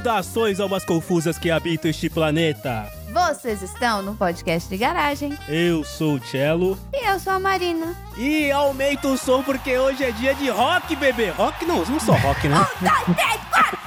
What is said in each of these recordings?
Saudações almas confusas que habitam este planeta. Vocês estão no podcast de garagem. Eu sou o Cello. E eu sou a Marina. E aumenta o som porque hoje é dia de rock, bebê. Rock não só rock, né? 1, 2, 3, 4.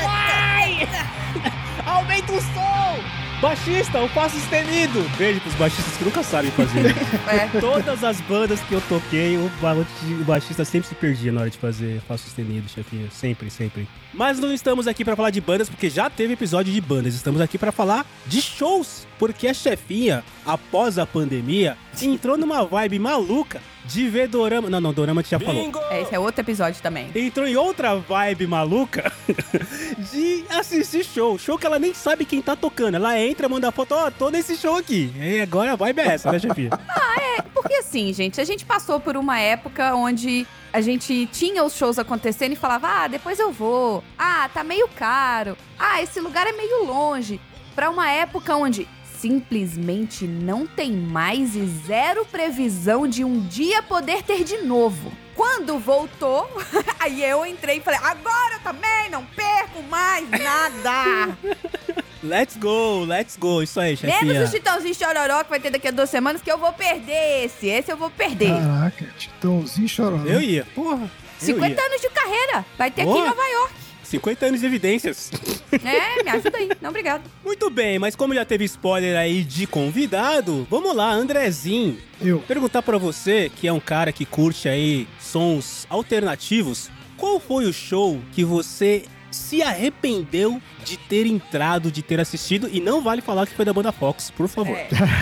Aumenta o som! Baixista, o Fá sustenido. Beijo pros baixistas que nunca sabem fazer. Todas as bandas que eu toquei, o baixista sempre se perdia na hora de fazer Fá sustenido, chefinho. Sempre, sempre. Mas não estamos aqui pra falar de bandas, porque já teve episódio de bandas. Estamos aqui pra falar de shows, porque a chefinha, após a pandemia, entrou numa vibe maluca de ver dorama. Não, dorama já falou. Esse é outro episódio também. Entrou em outra vibe maluca de assistir show. Show que ela nem sabe quem tá tocando. Ela entra, manda foto, tô nesse show aqui. E agora a vibe é essa, né, chefinha? Porque assim, gente, a gente passou por uma época onde a gente tinha os shows acontecendo e falava, depois eu vou. Tá meio caro. Esse lugar é meio longe. Pra uma época onde simplesmente não tem mais e zero previsão de um dia poder ter de novo. Quando voltou, aí eu entrei e falei, agora eu também não perco mais nada. Let's go, isso aí, chefinha. Menos o Chitãozinho Chororó que vai ter daqui a 2 semanas, que eu vou perder esse eu vou perder. Caraca, Chitãozinho Chororó. Eu ia, porra. 50 anos de carreira, vai ter aqui em Nova York. 50 anos de evidências. Me ajuda aí, não, obrigado. Muito bem, mas como já teve spoiler aí de convidado, vamos lá, Andrezinho. Perguntar pra você, que é um cara que curte aí sons alternativos, qual foi o show que você se arrependeu de ter entrado, de ter assistido, e não vale falar que foi da banda Fox, por favor.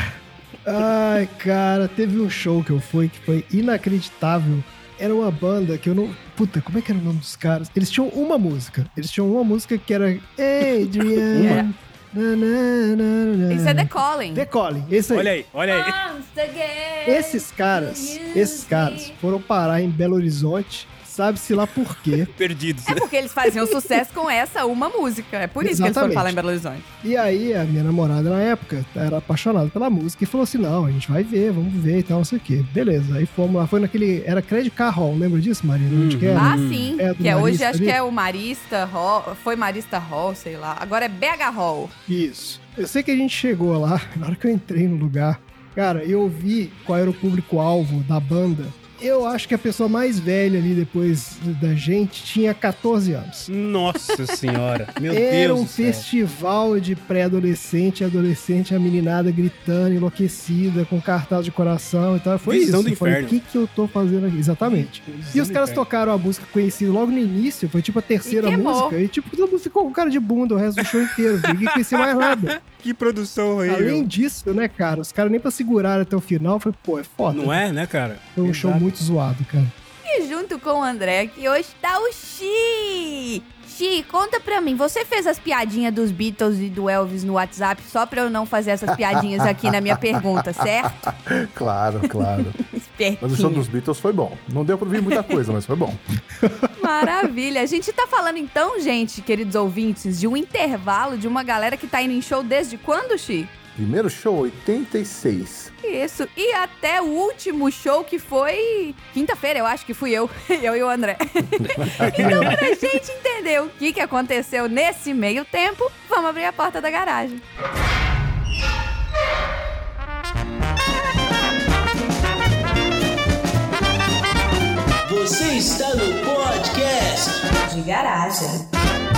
Ai, cara, teve um show que eu fui que foi inacreditável. Era uma banda que eu não... Puta, como é que era o nome dos caras? Eles tinham uma música. Que era Adrian... Isso é The Calling. The Calling, esse aí. Olha aí. Esses caras foram parar em Belo Horizonte, sabe-se lá por quê. Perdidos. É porque eles faziam sucesso com essa uma música. É por isso que eles foram falar em Belo Horizonte. E aí, a minha namorada na época era apaixonada pela música e falou assim, não, a gente vai ver, vamos ver e tal, não sei o quê. Beleza, aí fomos lá, foi naquele... Era Credit Car Hall, lembra disso, Marina? Onde que era? Sim. Que hoje acho que é o Marista Hall, foi Marista Hall, sei lá. Agora é BH Hall. Isso. Eu sei que a gente chegou lá, na hora que eu entrei no lugar, cara, eu vi qual era o público-alvo da banda. Eu acho que a pessoa mais velha ali depois da gente tinha 14 anos. Nossa senhora, meu Deus Era um do céu. festival de pré-adolescente e adolescente, a meninada gritando, enlouquecida, com cartaz de coração e tal. Foi Visão isso. do inferno. O que eu tô fazendo aqui? Exatamente. E os caras tocaram a música conhecida logo no início, foi tipo a terceira música. E tipo, todo mundo ficou com cara de bunda o resto do show inteiro. Ninguém conhecia mais nada. Que produção horrível. Além disso, né, cara, os caras nem pra segurar até o final, foi, é foda. Não é, né, cara? Foi um show muito zoado, cara. E junto com o André, que hoje tá o Xi. Xi, conta pra mim, você fez as piadinhas dos Beatles e do Elvis no WhatsApp só pra eu não fazer essas piadinhas aqui na minha pergunta, certo? Claro. Espertinho. Mas o show dos Beatles foi bom. Não deu pra ouvir muita coisa, mas foi bom. Maravilha. A gente tá falando então, gente, queridos ouvintes, de um intervalo de uma galera que tá indo em show desde quando, Xi? Primeiro show, 86. Isso. E até o último show que foi quinta-feira, eu acho que fui eu. Eu e o André. Então, pra gente entender o que aconteceu nesse meio tempo, vamos abrir a porta da garagem. Você está no podcast de garagem.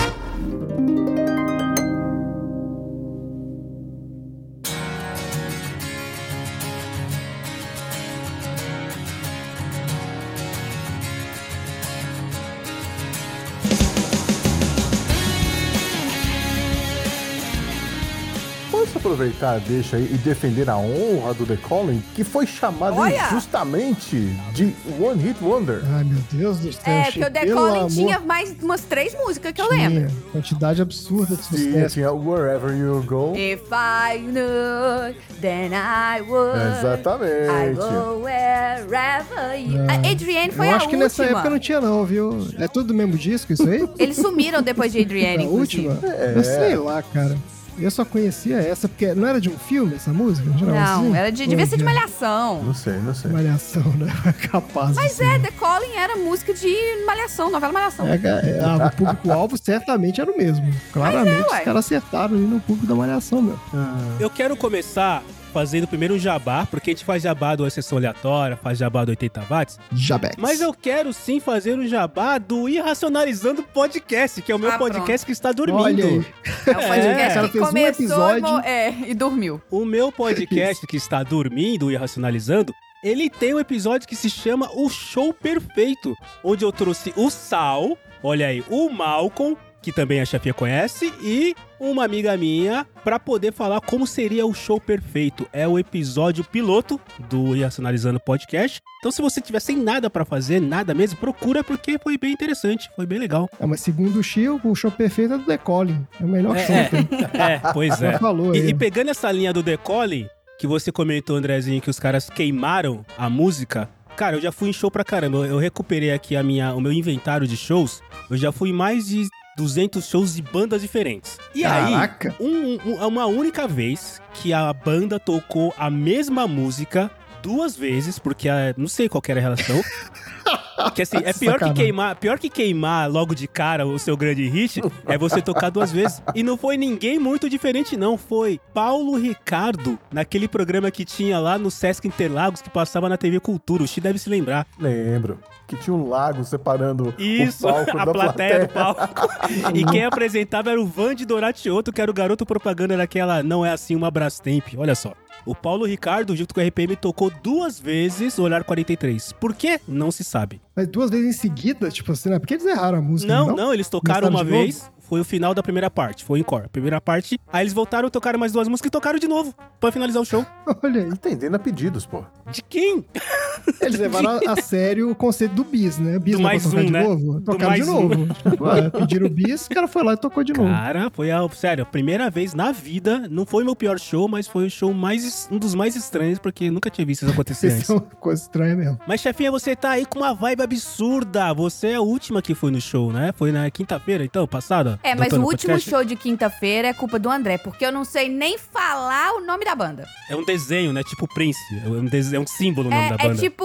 Posso aproveitar, deixa aí, e defender a honra do The Calling, que foi chamado justamente de One Hit Wonder. Ai, meu Deus do céu. Porque o The Calling tinha mais umas 3 músicas que eu lembro. Quantidade absurda de sucesso. Tinha Wherever You Go. If I knew, then I would. Exatamente. I go wherever you... A Adrienne foi a última. Eu acho que nessa época não tinha não, viu? É tudo do mesmo disco isso aí? Eles sumiram depois de Adrienne, A última? Eu sei lá, cara. Eu só conhecia essa, porque não era de um filme essa música? Não, era devia ser de Malhação. Não sei. Malhação, né? Capaz. Mas The Calling era música de Malhação, novela Malhação. O público-alvo certamente era o mesmo. Claramente os caras acertaram ali no público da Malhação, meu. Eu quero começar fazendo primeiro um jabá, porque a gente faz jabá do Exceção Aleatória, faz jabá do 80 watts. Jabex. Mas eu quero sim fazer um jabá do Irracionalizando Podcast, que é o meu podcast que está dormindo. Olha aí. É o podcast que começou e dormiu. O meu podcast que está dormindo, o Irracionalizando, ele tem um episódio que se chama O Show Perfeito, onde eu trouxe o Sal, olha aí, o Malcolm, que também a chefia conhece, e uma amiga minha, pra poder falar como seria o show perfeito. É o episódio piloto do Irracionalizando Podcast. Então, se você tiver sem nada pra fazer, nada mesmo, procura, porque foi bem interessante, foi bem legal. Mas segundo o Chico, o show perfeito é do The Calling. É o melhor show. Pois é. Falou, e pegando essa linha do The Calling, que você comentou, Andrezinho, que os caras queimaram a música... Cara, eu já fui em show pra caramba. Eu recuperei aqui o meu inventário de shows. Eu já fui em mais de 200 shows de bandas diferentes. E Caraca. aí, uma única vez que a banda tocou a mesma música 2 vezes, porque não sei qual que era a relação. Que assim, é pior que queimar logo de cara o seu grande hit, é você tocar 2 vezes. E não foi ninguém muito diferente, não. Foi Paulo Ricardo, naquele programa que tinha lá no Sesc Interlagos, que passava na TV Cultura. O Xi deve se lembrar. Lembro. Que tinha um lago separando isso, o palco a da plateia do palco. E quem apresentava era o Vandy Doratioto, que era o garoto propaganda daquela Não É Assim Uma Brastemp. Olha só. O Paulo Ricardo, junto com o RPM, tocou 2 vezes o Olhar 43. Por quê? Não se sabe. Mas 2 vezes em seguida? Tipo assim, né? Por que eles erraram a música? Não, eles tocaram uma vez, foi o final da primeira parte, foi o encore. Primeira parte, aí eles voltaram, tocaram mais 2 músicas e tocaram de novo, pra finalizar o show. Olha aí. Entendendo a pedidos, pô. De quem? Eles levaram a sério o conceito do bis, né? Bis do mais tocar um, de né? novo. Tocaram de novo. Pediram o bis, o cara foi lá e tocou de novo. Cara, foi sério, a primeira vez na vida, não foi meu pior show, mas foi o show um dos mais estranhos, porque nunca tinha visto isso acontecer antes. Isso é uma coisa estranha mesmo. Mas, chefinha, você tá aí com uma vibe absurda. Você é a última que foi no show, né? Foi na quinta-feira, então, passada? Mas o último show de quinta-feira é culpa do André, porque eu não sei nem falar o nome da banda. É um desenho, né? Tipo Prince. É um símbolo o nome da banda. É tipo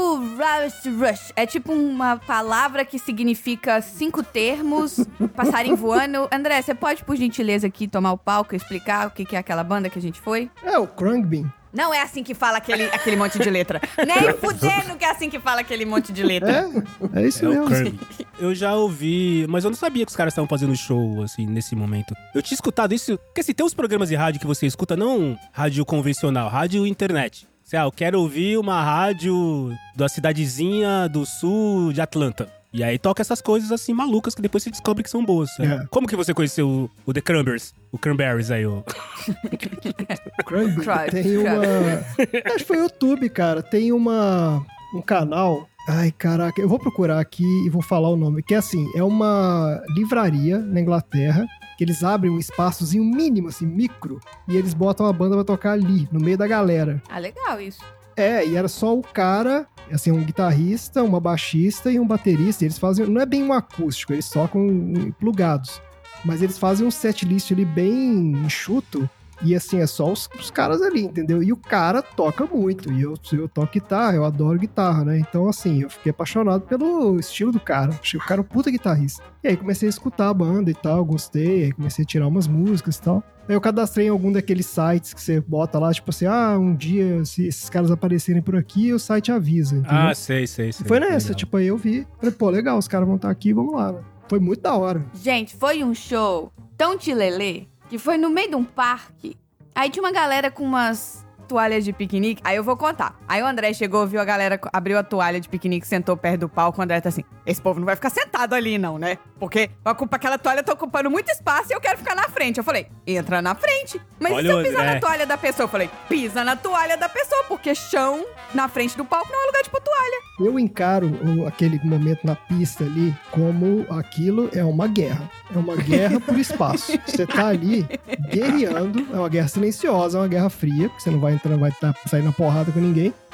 Rush. É tipo uma palavra que significa 5 termos, passarinho voando. André, você pode, por gentileza, aqui tomar o palco e explicar o que é aquela banda que a gente foi? É o Krungbin. Não é assim que fala aquele monte de letra. Nem fudendo que é assim que fala aquele monte de letra. É isso mesmo. Eu já ouvi, mas eu não sabia que os caras estavam fazendo show, assim, nesse momento. Eu tinha escutado isso, porque assim, tem uns programas de rádio que você escuta, não rádio convencional, rádio internet. Eu quero ouvir uma rádio da cidadezinha do sul de Atlanta. E aí toca essas coisas assim malucas que depois você descobre que são boas. Né? Como que você conheceu o The Cranberries? O Cranberries aí, o... Tem uma... Acho que foi o YouTube, cara. Tem um canal... Ai, caraca. Eu vou procurar aqui e vou falar o nome. Que é assim, é uma livraria na Inglaterra que eles abrem um espaçozinho mínimo, assim, micro, e eles botam a banda pra tocar ali, no meio da galera. Ah, legal isso. E era só o cara, assim, um guitarrista, uma baixista e um baterista. E eles fazem, não é bem um acústico, eles tocam plugados. Mas eles fazem um setlist ali bem enxuto. E assim, é só os caras ali, entendeu? E o cara toca muito. E eu toco guitarra, eu adoro guitarra, né? Então, assim, eu fiquei apaixonado pelo estilo do cara. Achei o cara um puta guitarrista. E aí comecei a escutar a banda e tal, gostei. Aí comecei a tirar umas músicas e tal. Aí eu cadastrei em algum daqueles sites que você bota lá, tipo assim, um dia, se esses caras aparecerem por aqui, o site avisa, entendeu? Ah, sei. Foi nessa, legal. Tipo, aí eu vi. Falei, pô, legal, os caras vão estar aqui, vamos lá, né? Foi muito da hora. Gente, foi um show tão tilelê que foi no meio de um parque. Aí tinha uma galera com umas toalhas de piquenique. Aí eu vou contar. Aí o André chegou, viu a galera, abriu a toalha de piquenique, sentou perto do palco. O André tá assim, esse povo não vai ficar sentado ali não, né? Porque aquela toalha tá ocupando muito espaço e eu quero ficar na frente. Eu falei, entra na frente. Mas olha, e se eu pisar na toalha da pessoa? Eu falei, pisa na toalha da pessoa, porque chão na frente do palco não é lugar de pôr toalha. Eu encaro aquele momento na pista ali como aquilo é uma guerra. É uma guerra por espaço. Você tá ali guerreando, é uma guerra silenciosa, é uma guerra fria, porque você não vai entrar, vai sair na porrada com ninguém.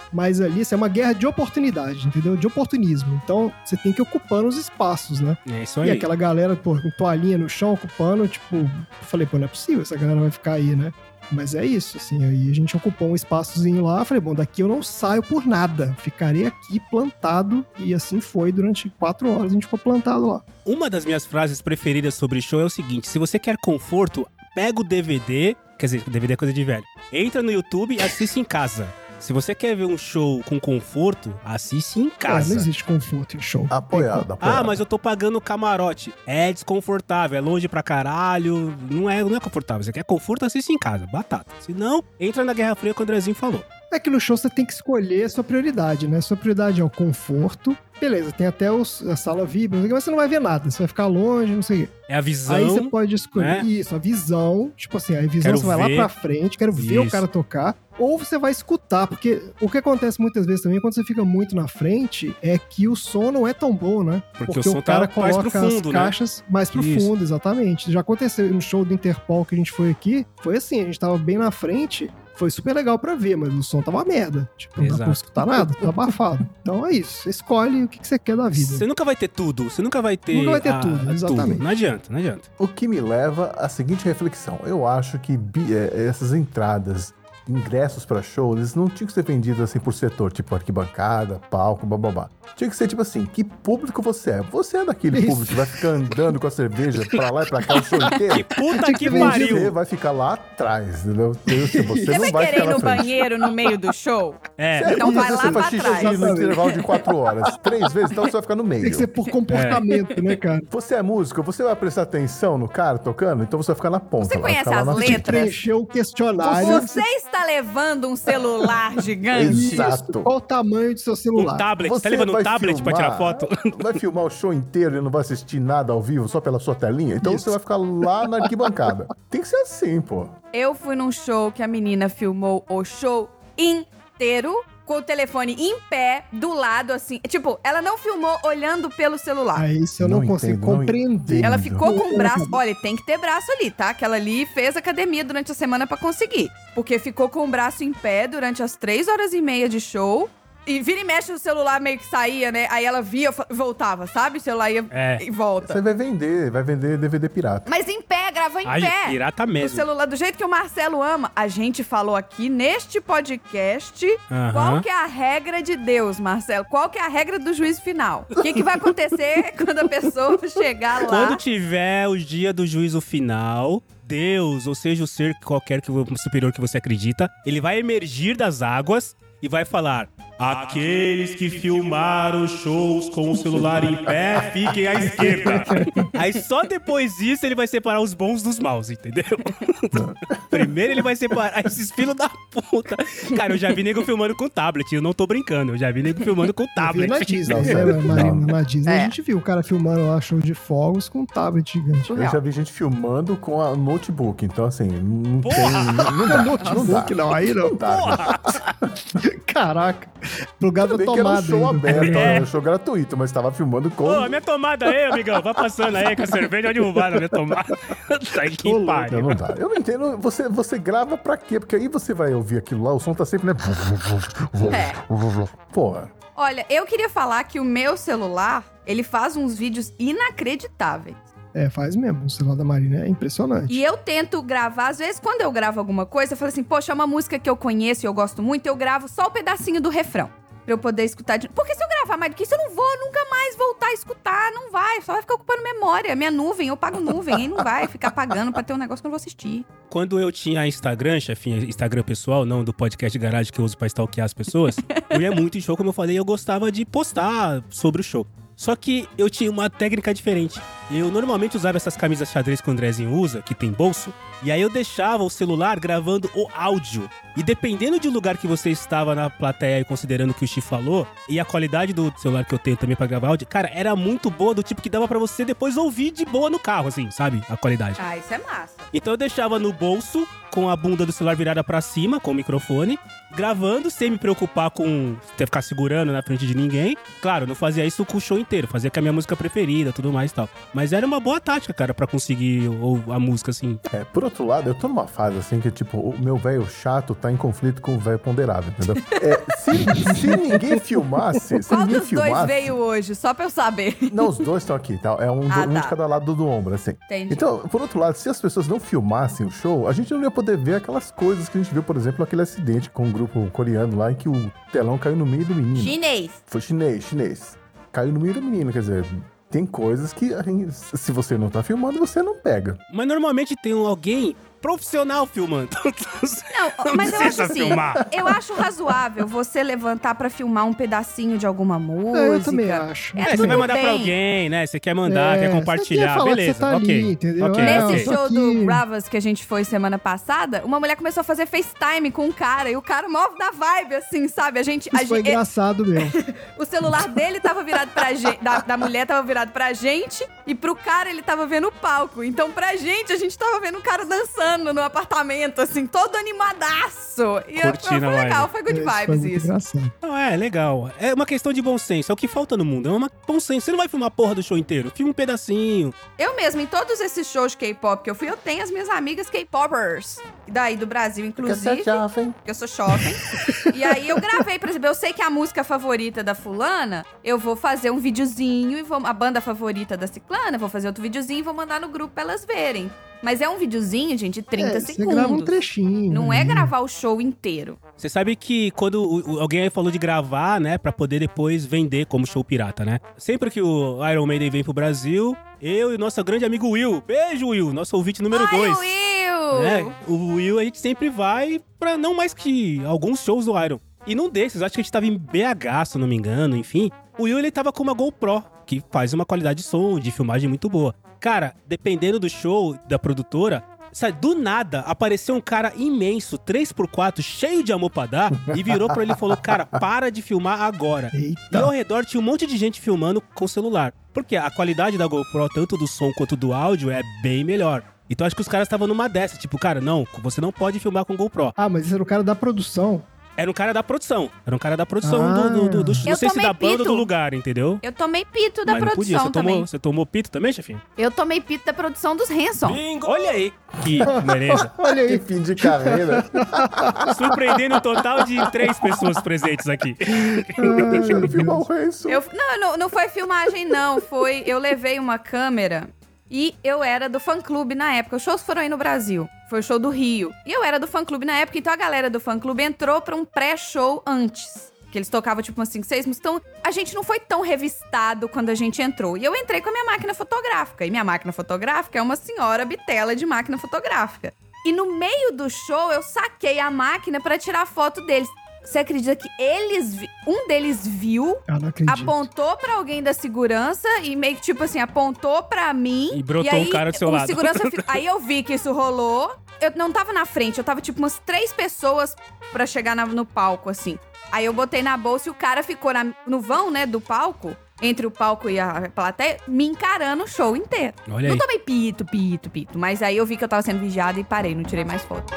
Mas ali, assim, é uma guerra de oportunidade, entendeu? De oportunismo. Então, você tem que ir ocupando os espaços, né? É isso aí. E aquela galera, pô, com toalhinha no chão, ocupando, tipo... Eu falei, pô, não é possível, essa galera vai ficar aí, né? Mas é isso, assim, aí a gente ocupou um espaçozinho lá, falei, bom, daqui eu não saio por nada, ficarei aqui plantado, e assim foi, durante 4 horas a gente ficou plantado lá. Uma das minhas frases preferidas sobre show é o seguinte, se você quer conforto, pega o DVD, quer dizer, DVD é coisa de velho, entra no YouTube e assiste em casa. Se você quer ver um show com conforto, assiste em casa. Não existe conforto em show. Apoiado. Ah, mas eu tô pagando camarote. É desconfortável, é longe pra caralho. Não é confortável. Você quer conforto, assiste em casa. Batata. Se não, entra na Guerra Fria que o Andrezinho falou. É que no show você tem que escolher a sua prioridade, né? Sua prioridade é o conforto. Beleza, tem até a sala VIP, mas você não vai ver nada. Você vai ficar longe, não sei o quê. É a visão. Aí você pode escolher né? isso, a visão. Tipo assim, a visão Quero você vai ver. lá pra frente, quero ver Isso. o cara tocar. Ou você vai escutar, porque o que acontece muitas vezes também, quando você fica muito na frente, é que o som não é tão bom, né? Porque o som cara tá mais coloca profundo, as né? caixas mais pro Isso. fundo, exatamente. Já aconteceu no show do Interpol que a gente foi aqui, foi assim, a gente tava bem na frente, foi super legal pra ver, mas o som tava uma merda. Tipo, não dá pra Exato. escutar nada, tá abafado. Então é isso, você escolhe o que você quer da vida. Você nunca vai ter tudo. Você nunca vai ter... Nunca vai ter tudo, exatamente. Não adianta, não adianta. O que me leva à seguinte reflexão. Eu acho que essas entradas, ingressos pra show, eles não tinham que ser vendidos assim por setor, tipo arquibancada, palco, bababá. Tinha que ser tipo assim, que público você é? Você é daquele Isso. público que vai ficar andando com a cerveja pra lá e pra cá o show inteiro? Que puta Tinha que que pariu. Você vai ficar lá atrás, entendeu? Você Você não vai ficar querer ir na no frente. banheiro no meio do show? É. Então vai Você lá faz pra xixi trás. no intervalo de 4 horas, 3 vezes, então você vai ficar no meio. Tem que ser por comportamento, né, cara? Você é músico, você vai prestar atenção no cara tocando, então você vai ficar na ponta. Você lá, conhece ficar lá as na frente. letras? Preencher o questionário. Você está levando um celular gigante? Exato. Qual o tamanho do seu celular? Um tablet. Você Você tá levando vai um tablet pra tirar foto? Vai filmar o show inteiro e não vai assistir nada ao vivo só pela sua telinha? Então Isso. você vai ficar lá na arquibancada. Tem que ser assim, pô. Eu fui num show que a menina filmou o show inteiro com o telefone em pé, do lado, assim. Tipo, ela não filmou olhando pelo celular. Aí isso eu não, Não consigo entendo, não compreender. entendo. Ela ficou com o braço... Olha, tem que ter braço ali, tá? Que ela ali fez academia durante a semana pra conseguir. Porque ficou com o braço em pé durante as 3h30 de show. E vira e mexe no celular meio que saía, né? Aí ela via e voltava, sabe? O celular ia e volta. Você vai vender DVD pirata. Mas em pé, grava em Ai, pé. pirata O mesmo. celular, do jeito que o Marcelo ama. A gente falou aqui neste podcast Aham. qual que é a regra de Deus, Marcelo. Qual que é a regra do juízo final. O que vai acontecer quando a pessoa chegar lá? Quando tiver o dia do juízo final, Deus, ou seja, o ser qualquer superior que você acredita, ele vai emergir das águas e vai falar: aqueles que filmaram shows com o celular em pé, fiquem à esquerda. Aí só depois disso ele vai separar os bons dos maus, entendeu? Primeiro ele vai separar esses filhos da puta. Cara, eu já vi nego filmando com tablet, eu não tô brincando. Eu já vi nego filmando com Eu vi tablet. na Disney, Não, né, sério, Marina? não. Na Disney É. a gente viu o cara filmando lá show de fogos com um tablet gigante. Eu já vi gente filmando com a notebook, então assim, não Porra! tem... Não dá, Notebook não, aí não. não dá. Caraca. Plugado Tudo na bem que era um tomada show ainda. aberto, era um show gratuito, mas tava filmando com... Ô, a minha tomada aí, amigão. Vai passando aí com a cerveja, vai derrubar na minha tomada. Tá que Ô, louco, Não, pariu. não dá. Eu não entendo. Você grava pra quê? Porque aí você vai ouvir aquilo lá, o som tá sempre, né? Porra. Olha, eu queria falar que o meu celular, ele faz uns vídeos inacreditáveis. É, faz mesmo. O celular da Marina é impressionante. E eu tento gravar, às vezes, quando eu gravo alguma coisa, eu falo assim, poxa, é uma música que eu conheço e eu gosto muito, eu gravo só o pedacinho do refrão. Pra eu poder escutar de... Porque se eu gravar mais do que isso, eu não vou nunca mais voltar a escutar. Não vai, só vai ficar ocupando memória. Minha nuvem, eu pago nuvem, aí não vai ficar pagando pra ter um negócio que eu não vou assistir. Quando eu tinha Instagram, chefinha, Instagram pessoal, não do podcast Garage que eu uso pra stalkear as pessoas, eu ia muito em show, como eu falei, eu gostava de postar sobre o show. Só que eu tinha uma técnica diferente. Eu normalmente usava essas camisas xadrez que o Andrezinho usa, que tem bolso, e aí eu deixava o celular gravando o áudio. E dependendo do lugar que você estava na plateia e considerando o que o Chi falou, e a qualidade do celular que eu tenho também pra gravar áudio, cara, era muito boa, do tipo que dava pra você depois ouvir de boa no carro, assim, sabe? A qualidade. Ah, isso é massa. Então eu deixava no bolso, com a bunda do celular virada pra cima, com o microfone, gravando, sem me preocupar com ter que ficar segurando na frente de ninguém. Claro, não fazia isso com o show inteiro, fazia com a minha música preferida, tudo mais e tal. Mas era uma boa tática, cara, pra conseguir a música, assim. É, por outro lado, eu tô numa fase assim que, tipo, o meu velho chato tá em conflito com o velho ponderado, entendeu? Se ninguém filmasse... Qual dos dois veio hoje? Só pra eu saber. Não, os dois estão aqui, tá? É um de cada lado do ombro, assim. Entendi. Então, por outro lado, se as pessoas não filmassem o show, a gente não ia poder ver aquelas coisas que a gente viu, por exemplo, aquele acidente com um grupo coreano lá, em que o telão caiu no meio do menino. Chinês. Foi chinês. Caiu no meio do menino, quer dizer... Tem coisas que, se você não tá filmando, você não pega. Mas normalmente tem alguém profissional filmando. Não, mas eu acho assim, eu acho razoável você levantar pra filmar um pedacinho de alguma música. Eu também acho. Você vai mandar pra alguém, né? Você quer mandar, quer compartilhar, você quer beleza. Que você tá ali, entendeu? Okay. Nesse show do Bravas que a gente foi semana passada, uma mulher começou a fazer FaceTime com um cara, e o cara move da vibe, assim, sabe? Isso foi engraçado mesmo. O celular dele tava virado pra gente, da mulher tava virado pra gente, e pro cara ele tava vendo o palco. Então pra gente, a gente tava vendo o cara dançando no apartamento, assim, todo animadaço. E foi legal, foi good vibes isso. Engraçado. Não, é legal. É uma questão de bom senso, é o que falta no mundo. Bom senso. Você não vai filmar a porra do show inteiro, filma um pedacinho. Eu mesmo, em todos esses shows de K-pop que eu fui, eu tenho as minhas amigas K-popers. Daí do Brasil, inclusive. Porque eu sou jovem. E aí eu gravei, por exemplo, eu sei que a música favorita da fulana, eu vou fazer um videozinho e a banda favorita da ciclana, vou fazer outro videozinho e vou mandar no grupo pra elas verem. Mas é um videozinho, gente, de 30 segundos. Você grava um trechinho. Não é gravar o show inteiro. Você sabe que quando alguém aí falou de gravar, né, pra poder depois vender como show pirata, né? Sempre que o Iron Maiden vem pro Brasil, eu e nosso grande amigo Will, beijo Will, nosso ouvinte número 2. Will! Né? O Will, a gente sempre vai pra não mais que alguns shows do Iron. E num desses, acho que a gente tava em BH, se eu não me engano, enfim. O Will, ele tava com uma GoPro, que faz uma qualidade de som, de filmagem muito boa. Cara, dependendo do show, da produtora, sabe, do nada, apareceu um cara imenso, 3x4, cheio de amor pra dar, e virou pra ele e falou, cara, para de filmar agora. Eita. E ao redor tinha um monte de gente filmando com celular. Porque a qualidade da GoPro, tanto do som quanto do áudio, é bem melhor. Então acho que os caras estavam numa dessa, tipo, cara, não, você não pode filmar com GoPro. Ah, mas esse era o cara da produção. Era um cara da produção. do não sei se da banda ou do lugar, entendeu? Eu tomei pito da Mas não podia. produção também. Você tomou pito também, chefinho? Eu tomei pito da produção dos Hanson. Bingo! Olha aí. Que beleza. Olha Que aí. fim de carreira. Surpreendendo um total de 3 pessoas presentes aqui. Deixa eu filmar o Hanson. Não foi filmagem, não. Eu levei uma câmera e eu era do fã-clube na época. Os shows foram aí no Brasil. Foi o show do Rio. E eu era do fã-clube na época, então a galera do fã-clube entrou pra um pré-show antes. Que eles tocavam, tipo, umas 5, 6 músicas. Então, a gente não foi tão revistado quando a gente entrou. E eu entrei com a minha máquina fotográfica. E minha máquina fotográfica é uma senhora bitela de máquina fotográfica. E no meio do show, eu saquei a máquina pra tirar foto deles. Você acredita que um deles viu, Eu não acredito. apontou pra alguém da segurança e meio que, tipo assim, apontou pra mim. E brotou aí, um cara do seu lado. Aí eu vi que isso rolou. Eu não tava na frente, eu tava, tipo, umas 3 pessoas pra chegar no palco, assim. Aí eu botei na bolsa e o cara ficou no vão, né, do palco, entre o palco e a plateia, me encarando o show inteiro. Olha Não aí. tomei pito, mas aí eu vi que eu tava sendo vigiada e parei, não tirei mais foto.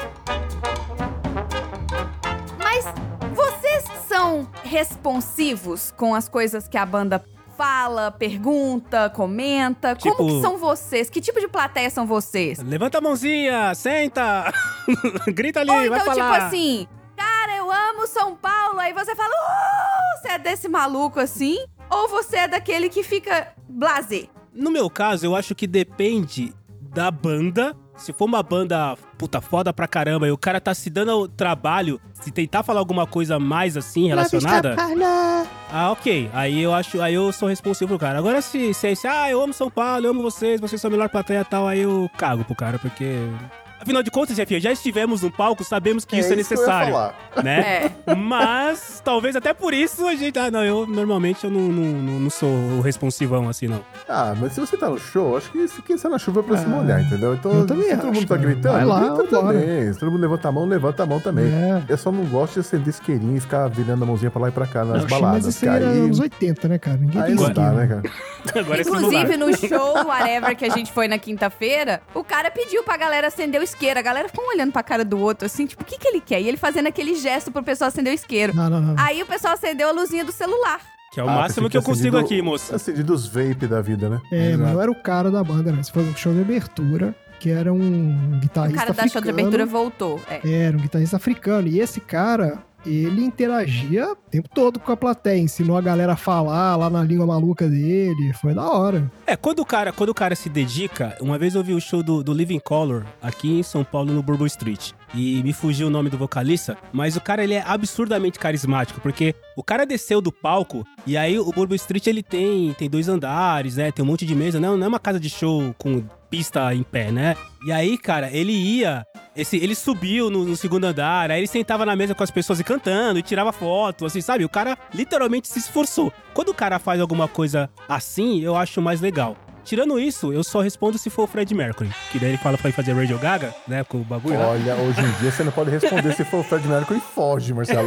Mas vocês são responsivos com as coisas que a banda fala, pergunta, comenta? Tipo- Como que são vocês? Que tipo de plateia são vocês? Levanta a mãozinha, senta. Grita ali, Ou vai então, falar. tipo assim, cara, eu amo São Paulo. Aí você fala, você é desse maluco assim? Ou você é daquele que fica blasé? No meu caso, eu acho que depende da banda. Se for uma banda, puta, foda pra caramba, e o cara tá se dando ao trabalho, se tentar falar alguma coisa mais assim, relacionada... Ah, ok. Aí eu sou responsável pro cara. Agora, se eu amo São Paulo, eu amo vocês são a melhor plateia e tal, aí eu cago pro cara, porque... Afinal de contas, Jefinha, já estivemos no palco, sabemos que isso é isso que eu ia necessário, falar. né? Mas, talvez até por isso a gente... eu normalmente não sou o responsivão assim, não. Ah, mas se você tá no show, acho que quem está na chuva é pra se molhar, entendeu? Então, eu também se todo acho, mundo tá cara. gritando, Vai lá, grita vambora. também. Se todo mundo levanta a mão também. É. Eu só não gosto de acender isqueirinho e ficar virando a mãozinha pra lá e pra cá nas Mas baladas. isso Que aí era aí, anos 80, né, cara? Ninguém aí tem não dá, esquema. né, cara? Agora é Inclusive, celular. no show, whatever, que a gente foi na quinta-feira, o cara pediu pra galera acender o isqueiro. A galera ficou olhando pra cara do outro, assim, tipo, o que ele quer? E ele fazendo aquele gesto pro pessoal acender o isqueiro. Não. Aí o pessoal acendeu a luzinha do celular. Que é o máximo que eu consigo aqui, moça. Acendido os vape da vida, né? É, mas não era o cara da banda, né? Esse foi um show de abertura, que era um O guitarrista cara da show de africano. abertura voltou. É. Era um guitarrista africano. E esse cara, ele interagia o tempo todo com a plateia. Ensinou a galera a falar lá na língua maluca dele. Foi da hora. Quando o cara se dedica... Uma vez eu vi o show do Living Colour aqui em São Paulo, no Bourbon Street. E me fugiu o nome do vocalista, mas o cara, ele é absurdamente carismático, porque o cara desceu do palco, e aí o Bourbon Street, ele tem 2 andares, né? Tem um monte de mesa, não é uma casa de show com pista em pé, né? E aí, cara, ele subiu no segundo andar, aí ele sentava na mesa com as pessoas e cantando, e tirava foto, assim, sabe? O cara literalmente se esforçou. Quando o cara faz alguma coisa assim, eu acho mais legal. Tirando isso, eu só respondo se for o Fred Mercury. Que daí ele fala pra ir fazer Radio Gaga, né? Com o bagulho. Olha, hoje em dia você não pode responder se for o Fred Mercury, foge, Marcelo.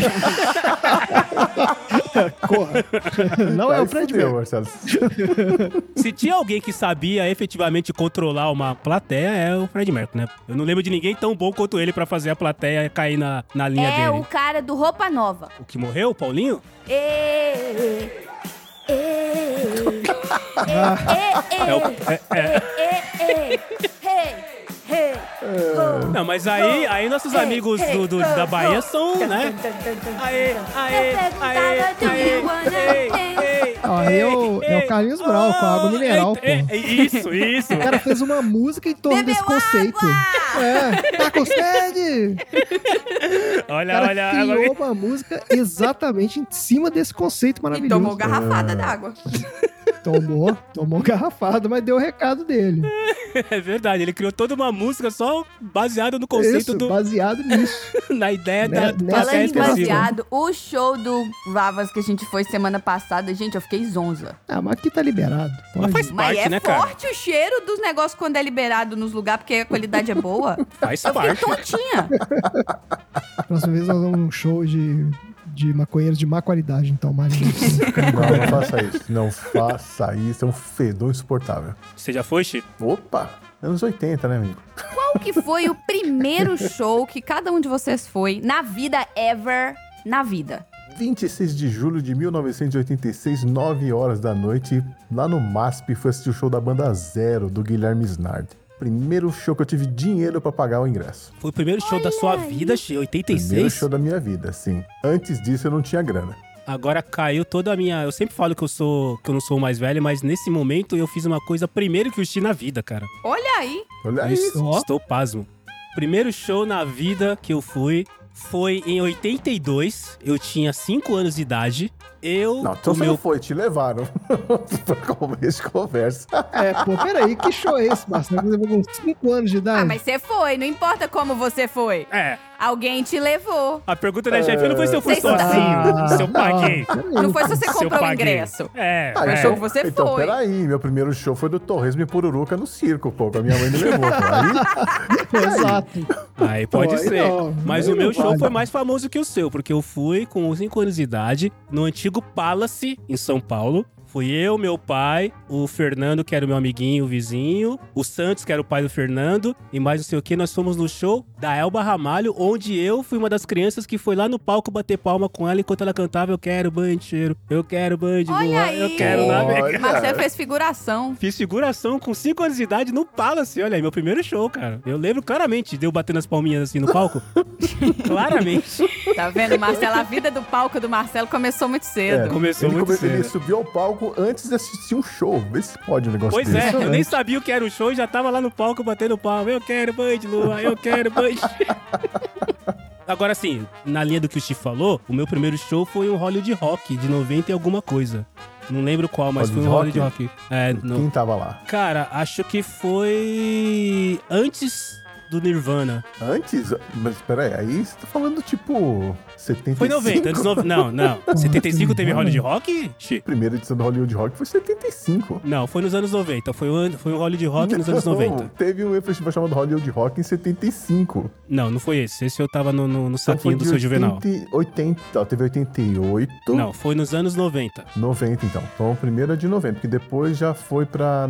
Corra. Não é o Fred Mercury. Marcelo. Se tinha alguém que sabia efetivamente controlar uma plateia, é o Fred Mercury, né? Eu não lembro de ninguém tão bom quanto ele pra fazer a plateia cair na linha É dele. o cara do Roupa Nova. O que morreu, o Paulinho? Não, mas aí nossos amigos da Bahia são, né? Aê. Aí é o Carlinhos Brau com a água mineral, pô. Isso. O cara fez uma música em torno desse conceito. Tá com sede? O cara criou uma música exatamente em cima desse conceito E maravilhoso. tomou garrafada d'água. Tomou garrafada, mas deu o recado dele. É verdade, ele criou toda uma música só baseada no conceito Isso, baseado nisso. na ideia Né, da nessa plateia Falando em inspiração. expressiva. baseado, o show do Vavas que a gente foi semana passada, gente, eu fiquei zonza. Ah, mas aqui tá liberado. Mas Pode. faz Mas parte, é né, cara? forte o cheiro dos negócios quando é liberado nos lugares, porque a qualidade é boa. Faz Eu fiquei parte. tontinha. Próxima vez nós vamos um show de maconheiros de má qualidade, então, Marinho. Não faça isso. Não faça isso. É um fedor insuportável. Você já foi, Chico? Opa! Anos 80, né, amigo? Qual que foi o primeiro show que cada um de vocês foi na vida ever, na vida? 26 de julho de 1986, 9 horas da noite, lá no MASP, fui assistir o show da banda Zero, do Guilherme Snard. Primeiro show que eu tive dinheiro pra pagar o ingresso. Foi o primeiro show da sua vida, Chico, 86? Primeiro show da minha vida, sim. Antes disso, eu não tinha grana. Agora caiu toda a minha... Eu sempre falo que eu não sou o mais velho, mas nesse momento eu fiz uma coisa primeiro que eu assisti na vida, cara. Olha aí. Olha Eu isso. estou pasmo. Primeiro show na vida que eu fui foi em 82. Eu tinha 5 anos de idade. Não, então você não foi, te levaram. Pra começo de conversa. Pô, peraí, que show é esse, Marcelo? Você com 5 anos de idade? Ah, mas você foi, não importa como você foi. Alguém te levou. A pergunta da chefe não foi se eu fui Vocês não- sozinho, se eu paguei. Não foi se você Se eu comprou o paguei. ingresso. Então, você então, foi. peraí, meu primeiro show foi do Torresmo e Pururuca no circo, pô, que a minha mãe me levou. Pô. Exato. Aí pode Pô, aí ser. não, Mas aí o meu não show vale. foi mais famoso que o seu, porque eu fui com 5 anos de idade no antigo Palace, em São Paulo. Fui eu, meu pai, o Fernando, que era o meu amiguinho, o vizinho, o Santos, que era o pai do Fernando, e mais não sei o que. Nós fomos no show da Elba Ramalho, onde eu fui uma das crianças que foi lá no palco bater palma com ela enquanto ela cantava Eu quero banho de cheiro, eu quero banho de Olha lua, aí. eu quero navegar. Olha. Marcelo fez figuração. Fiz figuração com 5 anos de idade no Palace. Olha aí, meu primeiro show, cara. Eu lembro claramente de eu batendo as palminhas assim no palco. Claramente. Tá vendo, Marcelo? A vida do palco do Marcelo começou muito cedo. Começou muito Ele cedo. subiu ao palco antes de assistir um show. Vê se pode um negócio Pois desse. é, eu nem sabia o que era o show e já tava lá no palco batendo palma. Eu quero banho de lua, eu quero banho de... Agora, assim, na linha do que o Steve falou, o meu primeiro show foi um Hollywood Rock de 90 e alguma coisa. Não lembro qual, mas foi um Hollywood Rock. Quem tava lá? Cara, acho que foi antes do Nirvana. Antes? Mas peraí, aí você tá falando tipo 75? Foi 90, antes não. 75 teve Hollywood Rock? Xi. Primeira edição do Hollywood Rock foi 75. Não, foi nos anos 90. Foi um Hollywood Rock nos anos 90. Teve um festival chamado Hollywood Rock em 75. Não foi esse. Esse eu tava no Então saquinho do seu Juvenal. 80, teve 88. Não, foi nos anos 90. 90, então. Então, o primeiro é de 90, porque depois já foi pra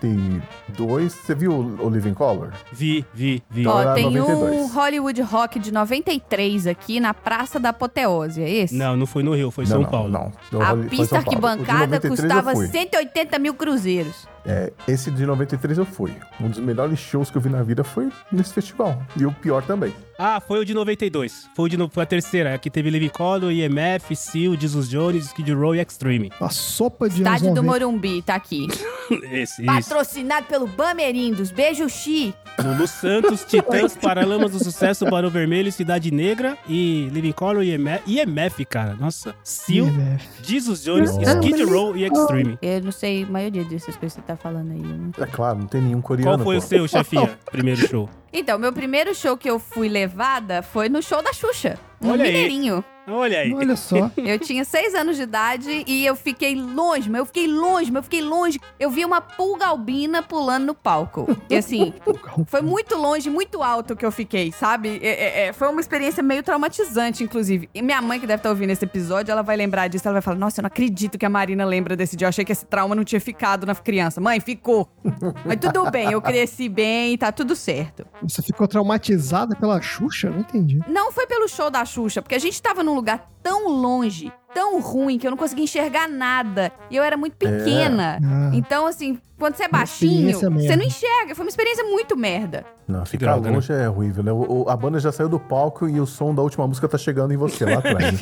92. Você viu o Living Colour? Vi. Então, Ó, era tem 92. um Hollywood Rock de 93 aqui na Praça da Apoteose, é esse? Não foi no Rio, foi em São Paulo. Não. A Foi em pista São Paulo. O de arquibancada 93 eu custava fui. 180 mil cruzeiros. Esse de 93 eu fui. Um dos melhores shows que eu vi na vida foi nesse festival. E o pior também. Ah, foi o de 92. Foi a terceira. Aqui teve Living Colour, IMF, Seal, Jesus Jones, Skid Row e Extreme. A sopa de anos Estádio do 90. Morumbi, tá aqui. Esse. Patrocinado pelo Bamerindos. Beijo, Xi. Lulu Santos, Titãs, Paralamas do Sucesso, Barão Vermelho, Cidade Negra e Living Colour e IMF, cara. Nossa. Seal, IMF. Jesus Jones, Skid Row e Extreme. Eu não sei a maioria dessas coisas que você tá falando aí. Né? É claro, não tem nenhum coreano. Qual foi o seu, chefinha? Primeiro show. Então, meu primeiro show que eu fui levada foi no show da Xuxa. No Olha aí. Mineirinho. Olha aí. Olha só. Eu tinha 6 anos de idade e eu fiquei longe, mas eu fiquei longe. Eu vi uma pulga albina pulando no palco. E assim, foi muito longe, muito alto que eu fiquei, sabe? Foi uma experiência meio traumatizante, inclusive. E minha mãe, que deve estar ouvindo esse episódio, ela vai lembrar disso. Ela vai falar, nossa, eu não acredito que a Marina lembra desse dia. Eu achei que esse trauma não tinha ficado na criança. Mãe, ficou. Mas tudo bem, eu cresci bem, tá tudo certo. Você ficou traumatizada pela Xuxa? Não entendi. Não foi pelo show da Xuxa, porque a gente tava num lugar tão longe, tão ruim, que eu não conseguia enxergar nada. E eu era muito pequena. Então, assim, quando você é baixinho, experiência você merda. não enxerga. Foi uma experiência muito merda. Não, ficar droga, longe é horrível, né? A banda já saiu do palco e o som da última música tá chegando em você lá atrás.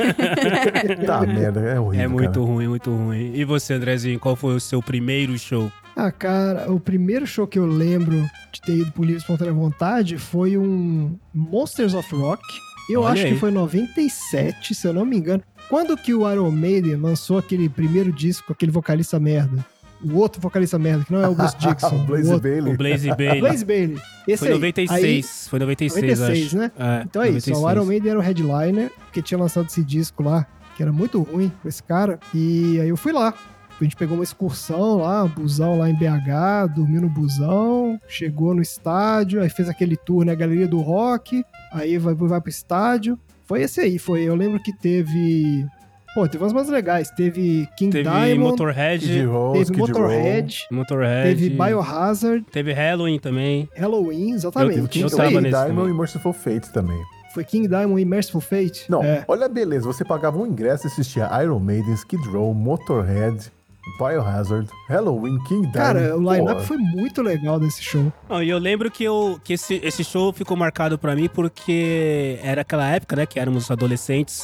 Tá, merda, é horrível, É muito cara. ruim, muito ruim. E você, Andrezinho, qual foi o seu primeiro show? Ah, cara, o primeiro show que eu lembro de ter ido por livre e espontânea vontade foi um Monsters of Rock. Eu Olha acho aí. que foi em 97, se eu não me engano. Quando que o Iron Maiden lançou aquele primeiro disco, aquele vocalista merda? O outro vocalista merda, que não é o Bruce Dixon. O Blaze o outro. Bailey. O Blaze Bailey. Blaze Bailey. Esse Foi aí. 96. Foi 96, 96, acho. né? É, Então é isso, 96. o Iron Maiden era o headliner, que tinha lançado esse disco lá, que era muito ruim com esse cara, e aí eu fui lá. A gente pegou uma excursão lá, um busão lá em BH, dormiu no busão, chegou no estádio, aí fez aquele tour na Galeria do Rock, aí vai pro estádio. Foi esse aí, eu lembro que teve... Pô, teve umas mais legais, teve King Teve Diamond, Motorhead. Skid Row, teve Skid Row. Motorhead, teve Biohazard, Teve Halloween também. Halloween, exatamente. Eu Isso tava aí. King nesse Diamond também. e Merciful Fate também. Foi King Diamond e Merciful Fate? Não, É. olha a beleza. Você pagava um ingresso e assistia Iron Maiden, Skid Row, Motorhead, Biohazard, Halloween, King Diamond. Cara, o line-up Pô, foi muito legal desse show. Não, e eu lembro que esse show ficou marcado pra mim porque era aquela época, né, que éramos adolescentes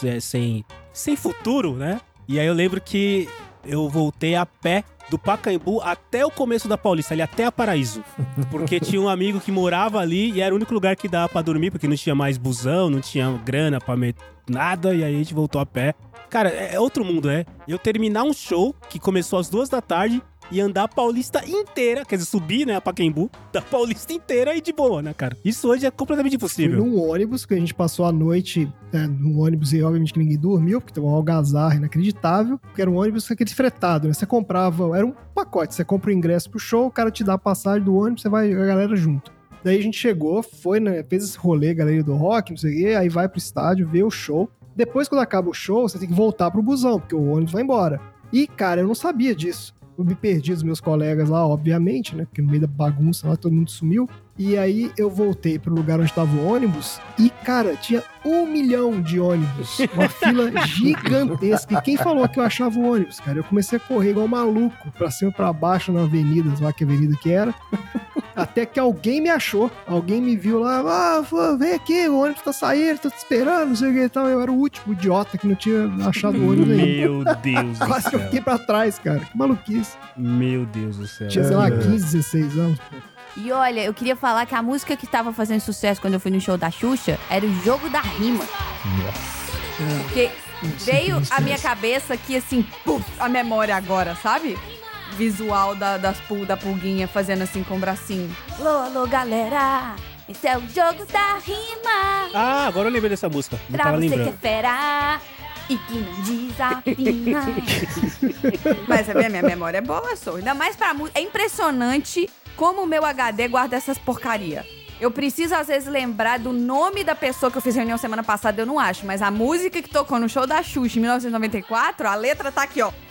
sem futuro, né? E aí eu lembro que eu voltei a pé do Pacaembu até o começo da Paulista, ali até a Paraíso. Porque tinha um amigo que morava ali e era o único lugar que dava pra dormir, porque não tinha mais busão, não tinha grana pra nada, e aí a gente voltou a pé. Cara, é outro mundo, né? Eu terminar um show que começou às 2 da tarde e andar a Paulista inteira, quer dizer, subir, né, a Pacaembu, da Paulista inteira e de boa, né, cara? Isso hoje é completamente Foi impossível. num ônibus que a gente passou a noite, num ônibus e obviamente que ninguém dormiu, porque tava uma algazarra inacreditável, porque era um ônibus aquele fretado, né? Você comprava, era um pacote, você compra o ingresso pro show, o cara te dá a passagem do ônibus, você vai, a galera junto. Daí a gente chegou, foi, né, fez esse rolê, Galeria do Rock, não sei o quê, aí vai pro estádio, vê o show. Depois, quando acaba o show, você tem que voltar pro busão, porque o ônibus vai embora. E, cara, eu não sabia disso. Eu me perdi dos meus colegas lá, obviamente, né? Porque no meio da bagunça lá, todo mundo sumiu. E aí eu voltei pro lugar onde tava o ônibus e, cara, tinha 1 milhão de ônibus. Uma fila gigantesca. E quem falou que eu achava o ônibus, cara? Eu comecei a correr igual maluco, pra cima e pra baixo na avenida, lá que avenida que era. Até que alguém me achou. Alguém me viu lá, vem aqui, o ônibus tá saindo, tô te esperando, não sei o que e tal. Eu era o último idiota que não tinha achado o ônibus ainda. Meu Deus do Quase que eu céu. fiquei pra trás, cara. Que maluquice. Meu Deus do céu. Tinha, sei lá, 15, 16 anos, pô. E olha, eu queria falar que a música que tava fazendo sucesso quando eu fui no show da Xuxa era o Jogo da Rima. Porque veio a minha cabeça aqui, assim, puf, a memória agora, sabe? Visual da pulguinha fazendo assim com o bracinho. Alô, alô, galera, esse é o Jogo da Rima. Ah, agora eu lembrei dessa música. Não Pra tava você que é lembrando. fera e que não desafina. Mas a minha memória é boa, sou. Ainda mais pra música. É impressionante como o meu HD guarda essas porcaria. Eu preciso, às vezes, lembrar do nome da pessoa que eu fiz reunião semana passada, eu não acho. Mas a música que tocou no show da Xuxa em 1994, a letra tá aqui, ó.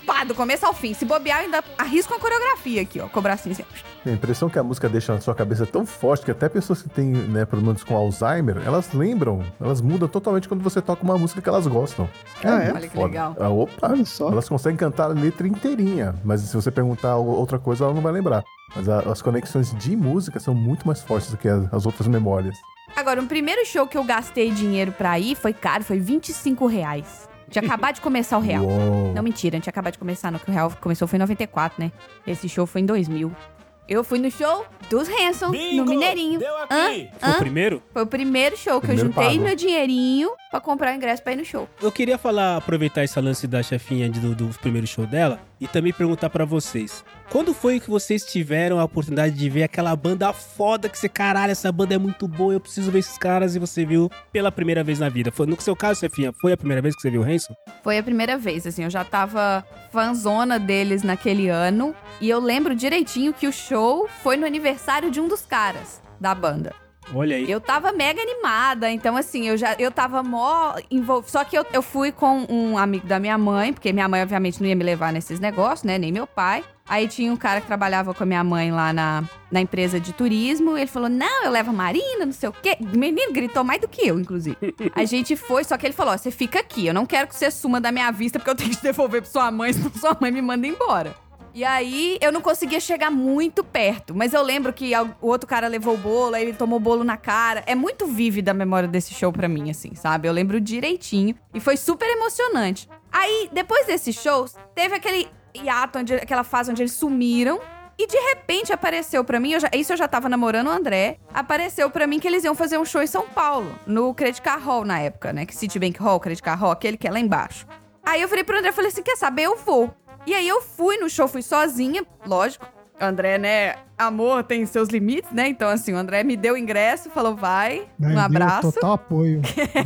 pá, do começo ao fim. Se bobear, ainda arrisco uma coreografia aqui, ó, com o bracinho assim. A impressão que a música deixa na sua cabeça é tão forte que até pessoas que têm, né, problemas com Alzheimer, elas lembram, elas mudam totalmente quando você toca uma música que elas gostam. Olha que legal. Opa, Olha só. elas conseguem cantar a letra inteirinha, mas se você perguntar outra coisa, ela não vai lembrar. Mas as conexões de música são muito mais fortes do que as outras memórias. Agora, o primeiro show que eu gastei dinheiro pra ir foi caro, foi R$25. Tinha acabado de começar o real. Uou. Não, mentira, não tinha acabado de começar, não, que o real começou foi em 94, né? Esse show foi em 2000. Eu fui no show dos Hanson, no Mineirinho. Deu aqui. Foi o primeiro? Foi o primeiro show que Primeiro eu juntei pago. meu dinheirinho pra comprar o ingresso pra ir no show. Eu queria aproveitar esse lance da chefinha do primeiro show dela e também perguntar pra vocês. Quando foi que vocês tiveram a oportunidade de ver aquela banda foda que você, caralho, essa banda é muito boa, eu preciso ver esses caras, e você viu pela primeira vez na vida? No seu caso, chefinha, foi a primeira vez que você viu o Hanson? Foi a primeira vez, assim, eu já tava fanzona deles naquele ano. E eu lembro direitinho que o show foi no aniversário de um dos caras da banda. Olha aí. Eu tava mega animada, então assim, eu tava mó envolvida. Só que eu fui com um amigo da minha mãe, porque minha mãe obviamente não ia me levar nesses negócios, né, nem meu pai. Aí tinha um cara que trabalhava com a minha mãe lá na empresa de turismo, e ele falou, não, eu levo a Marina, não sei o quê. O menino gritou mais do que eu, inclusive. A gente foi, só que ele falou, ó, você fica aqui, eu não quero que você suma da minha vista, porque eu tenho que devolver pra sua mãe, senão sua mãe me manda embora. E aí, eu não conseguia chegar muito perto. Mas eu lembro que o outro cara levou o bolo, aí ele tomou o bolo na cara. É muito vívida a memória desse show pra mim, assim, sabe? Eu lembro direitinho. E foi super emocionante. Aí, depois desses shows, teve aquele hiato, aquela fase onde eles sumiram. E de repente apareceu pra mim, isso eu já tava namorando o André. Apareceu pra mim que eles iam fazer um show em São Paulo, no Credit Card Hall na época, né? Que Citibank Hall, Credit Card Hall, aquele que é lá embaixo. Aí eu falei pro André, falei assim, quer saber? Eu vou. E aí eu fui no show, fui sozinha, lógico. O André, né, amor tem seus limites, né? Então, assim, o André me deu o ingresso, falou, vai, um abraço. Total apoio.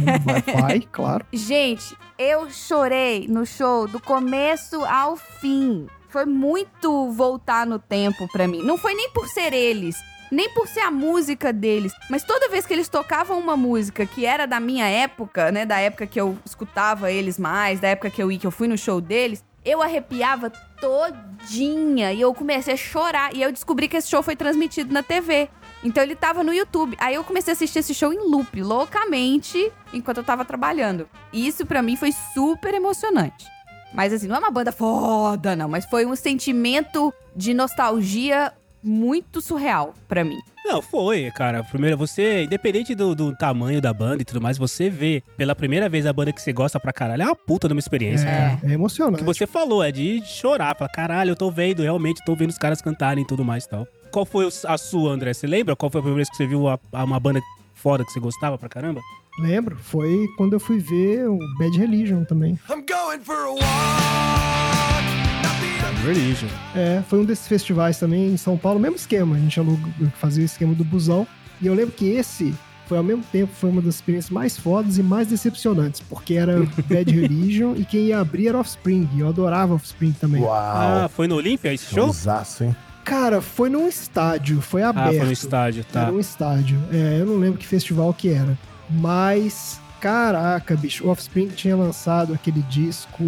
Vai, claro. Gente, eu chorei no show do começo ao fim. Foi muito voltar no tempo pra mim. Não foi nem por ser eles, nem por ser a música deles, mas toda vez que eles tocavam uma música que era da minha época, né, da época que eu escutava eles mais, da época que eu fui no show deles, eu arrepiava todinha e eu comecei a chorar. E eu descobri que esse show foi transmitido na TV. Então ele tava no YouTube. Aí eu comecei a assistir esse show em loop, loucamente, enquanto eu tava trabalhando. E isso pra mim foi super emocionante. Mas assim, não é uma banda foda, não. Mas foi um sentimento de nostalgia muito surreal pra mim. Não, foi, cara. Primeiro, você, independente do tamanho da banda e tudo mais, você vê pela primeira vez a banda que você gosta pra caralho, é uma puta de uma experiência, cara. É O emocionante. que você falou é de chorar, falar, caralho, eu tô vendo, realmente, tô vendo os caras cantarem e tudo mais e tal. Qual foi a sua, André? Você lembra? Qual foi a primeira vez que você viu uma banda foda que você gostava pra caramba? Lembro, foi quando eu fui ver o Bad Religion também. I'm going for a walk. Religion. Foi um desses festivais também em São Paulo, mesmo esquema, a gente fazia o esquema do busão. E eu lembro que esse foi ao mesmo tempo, foi uma das experiências mais fodas e mais decepcionantes, porque era Bad Religion e quem ia abrir era Offspring, eu adorava Offspring também. Uau! Ah, foi no Olímpia esse show? Showzaço, hein? Cara, foi num estádio, foi aberto. Ah, foi no estádio, tá. Era um estádio, eu não lembro que festival que era, mas... Caraca, bicho, o Offspring tinha lançado aquele disco...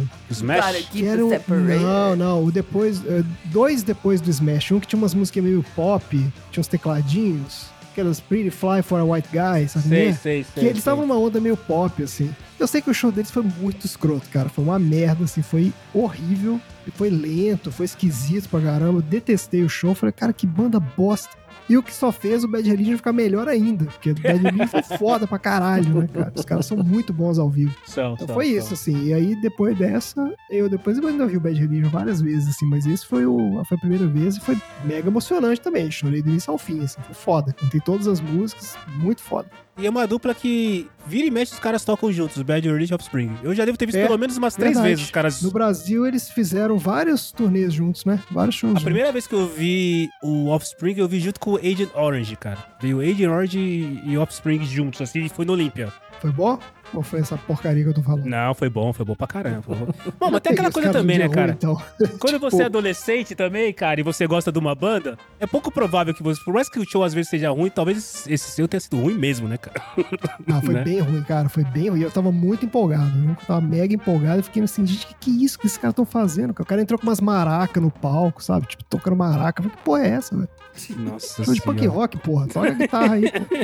Smash? Que era Não, o depois... Dois depois do Smash. Um que tinha umas músicas meio pop, tinha uns tecladinhos. Aquelas Pretty Fly for a White Guy, sabe? Sei. Que eles estavam numa onda meio pop, assim. Eu sei que o show deles foi muito escroto, cara. Foi uma merda, assim. Foi horrível. Foi lento, foi esquisito pra caramba. Eu detestei o show. Falei, cara, que banda bosta. E o que só fez o Bad Religion ficar melhor ainda. Porque o Bad Religion foi foda pra caralho, né, cara? Os caras são muito bons ao vivo. Então foi isso, assim. E aí, depois dessa, eu ainda vi o Bad Religion várias vezes, assim. Mas esse foi a primeira vez e foi mega emocionante também. Chorei do início ao fim, assim. Foi foda. Cantei todas as músicas. Muito foda. E é uma dupla que vira e mexe os caras tocam juntos, o Bad Religion e Offspring. Eu já devo ter visto pelo menos umas 3 vezes os caras... No Brasil, eles fizeram vários turnês juntos, né? Vários shows juntos. A primeira vez que eu vi o Offspring, eu vi junto com o Agent Orange, cara. Veio o Agent Orange e o Offspring juntos, assim, e foi no Olímpia. Foi bom? Ou foi essa porcaria que eu tô falando? Não, foi bom pra caramba. Bom, mas tem aquela Os coisa caras também, do né, dia cara? ruim, então. Quando você é adolescente também, cara, e você gosta de uma banda, é pouco provável que você, por mais que o show às vezes seja ruim, talvez esse seu tenha sido ruim mesmo, né, cara? Ah, foi Né? bem ruim, cara. Foi bem ruim. Eu tava muito empolgado. Eu tava mega empolgado e fiquei assim, gente, que é isso que esses caras estão fazendo? O cara entrou com umas maracas no palco, sabe? Tipo, tocando maraca. Eu falei, que porra é essa, velho? Nossa Show de punk senhora. rock, porra. Toca a guitarra aí, pô.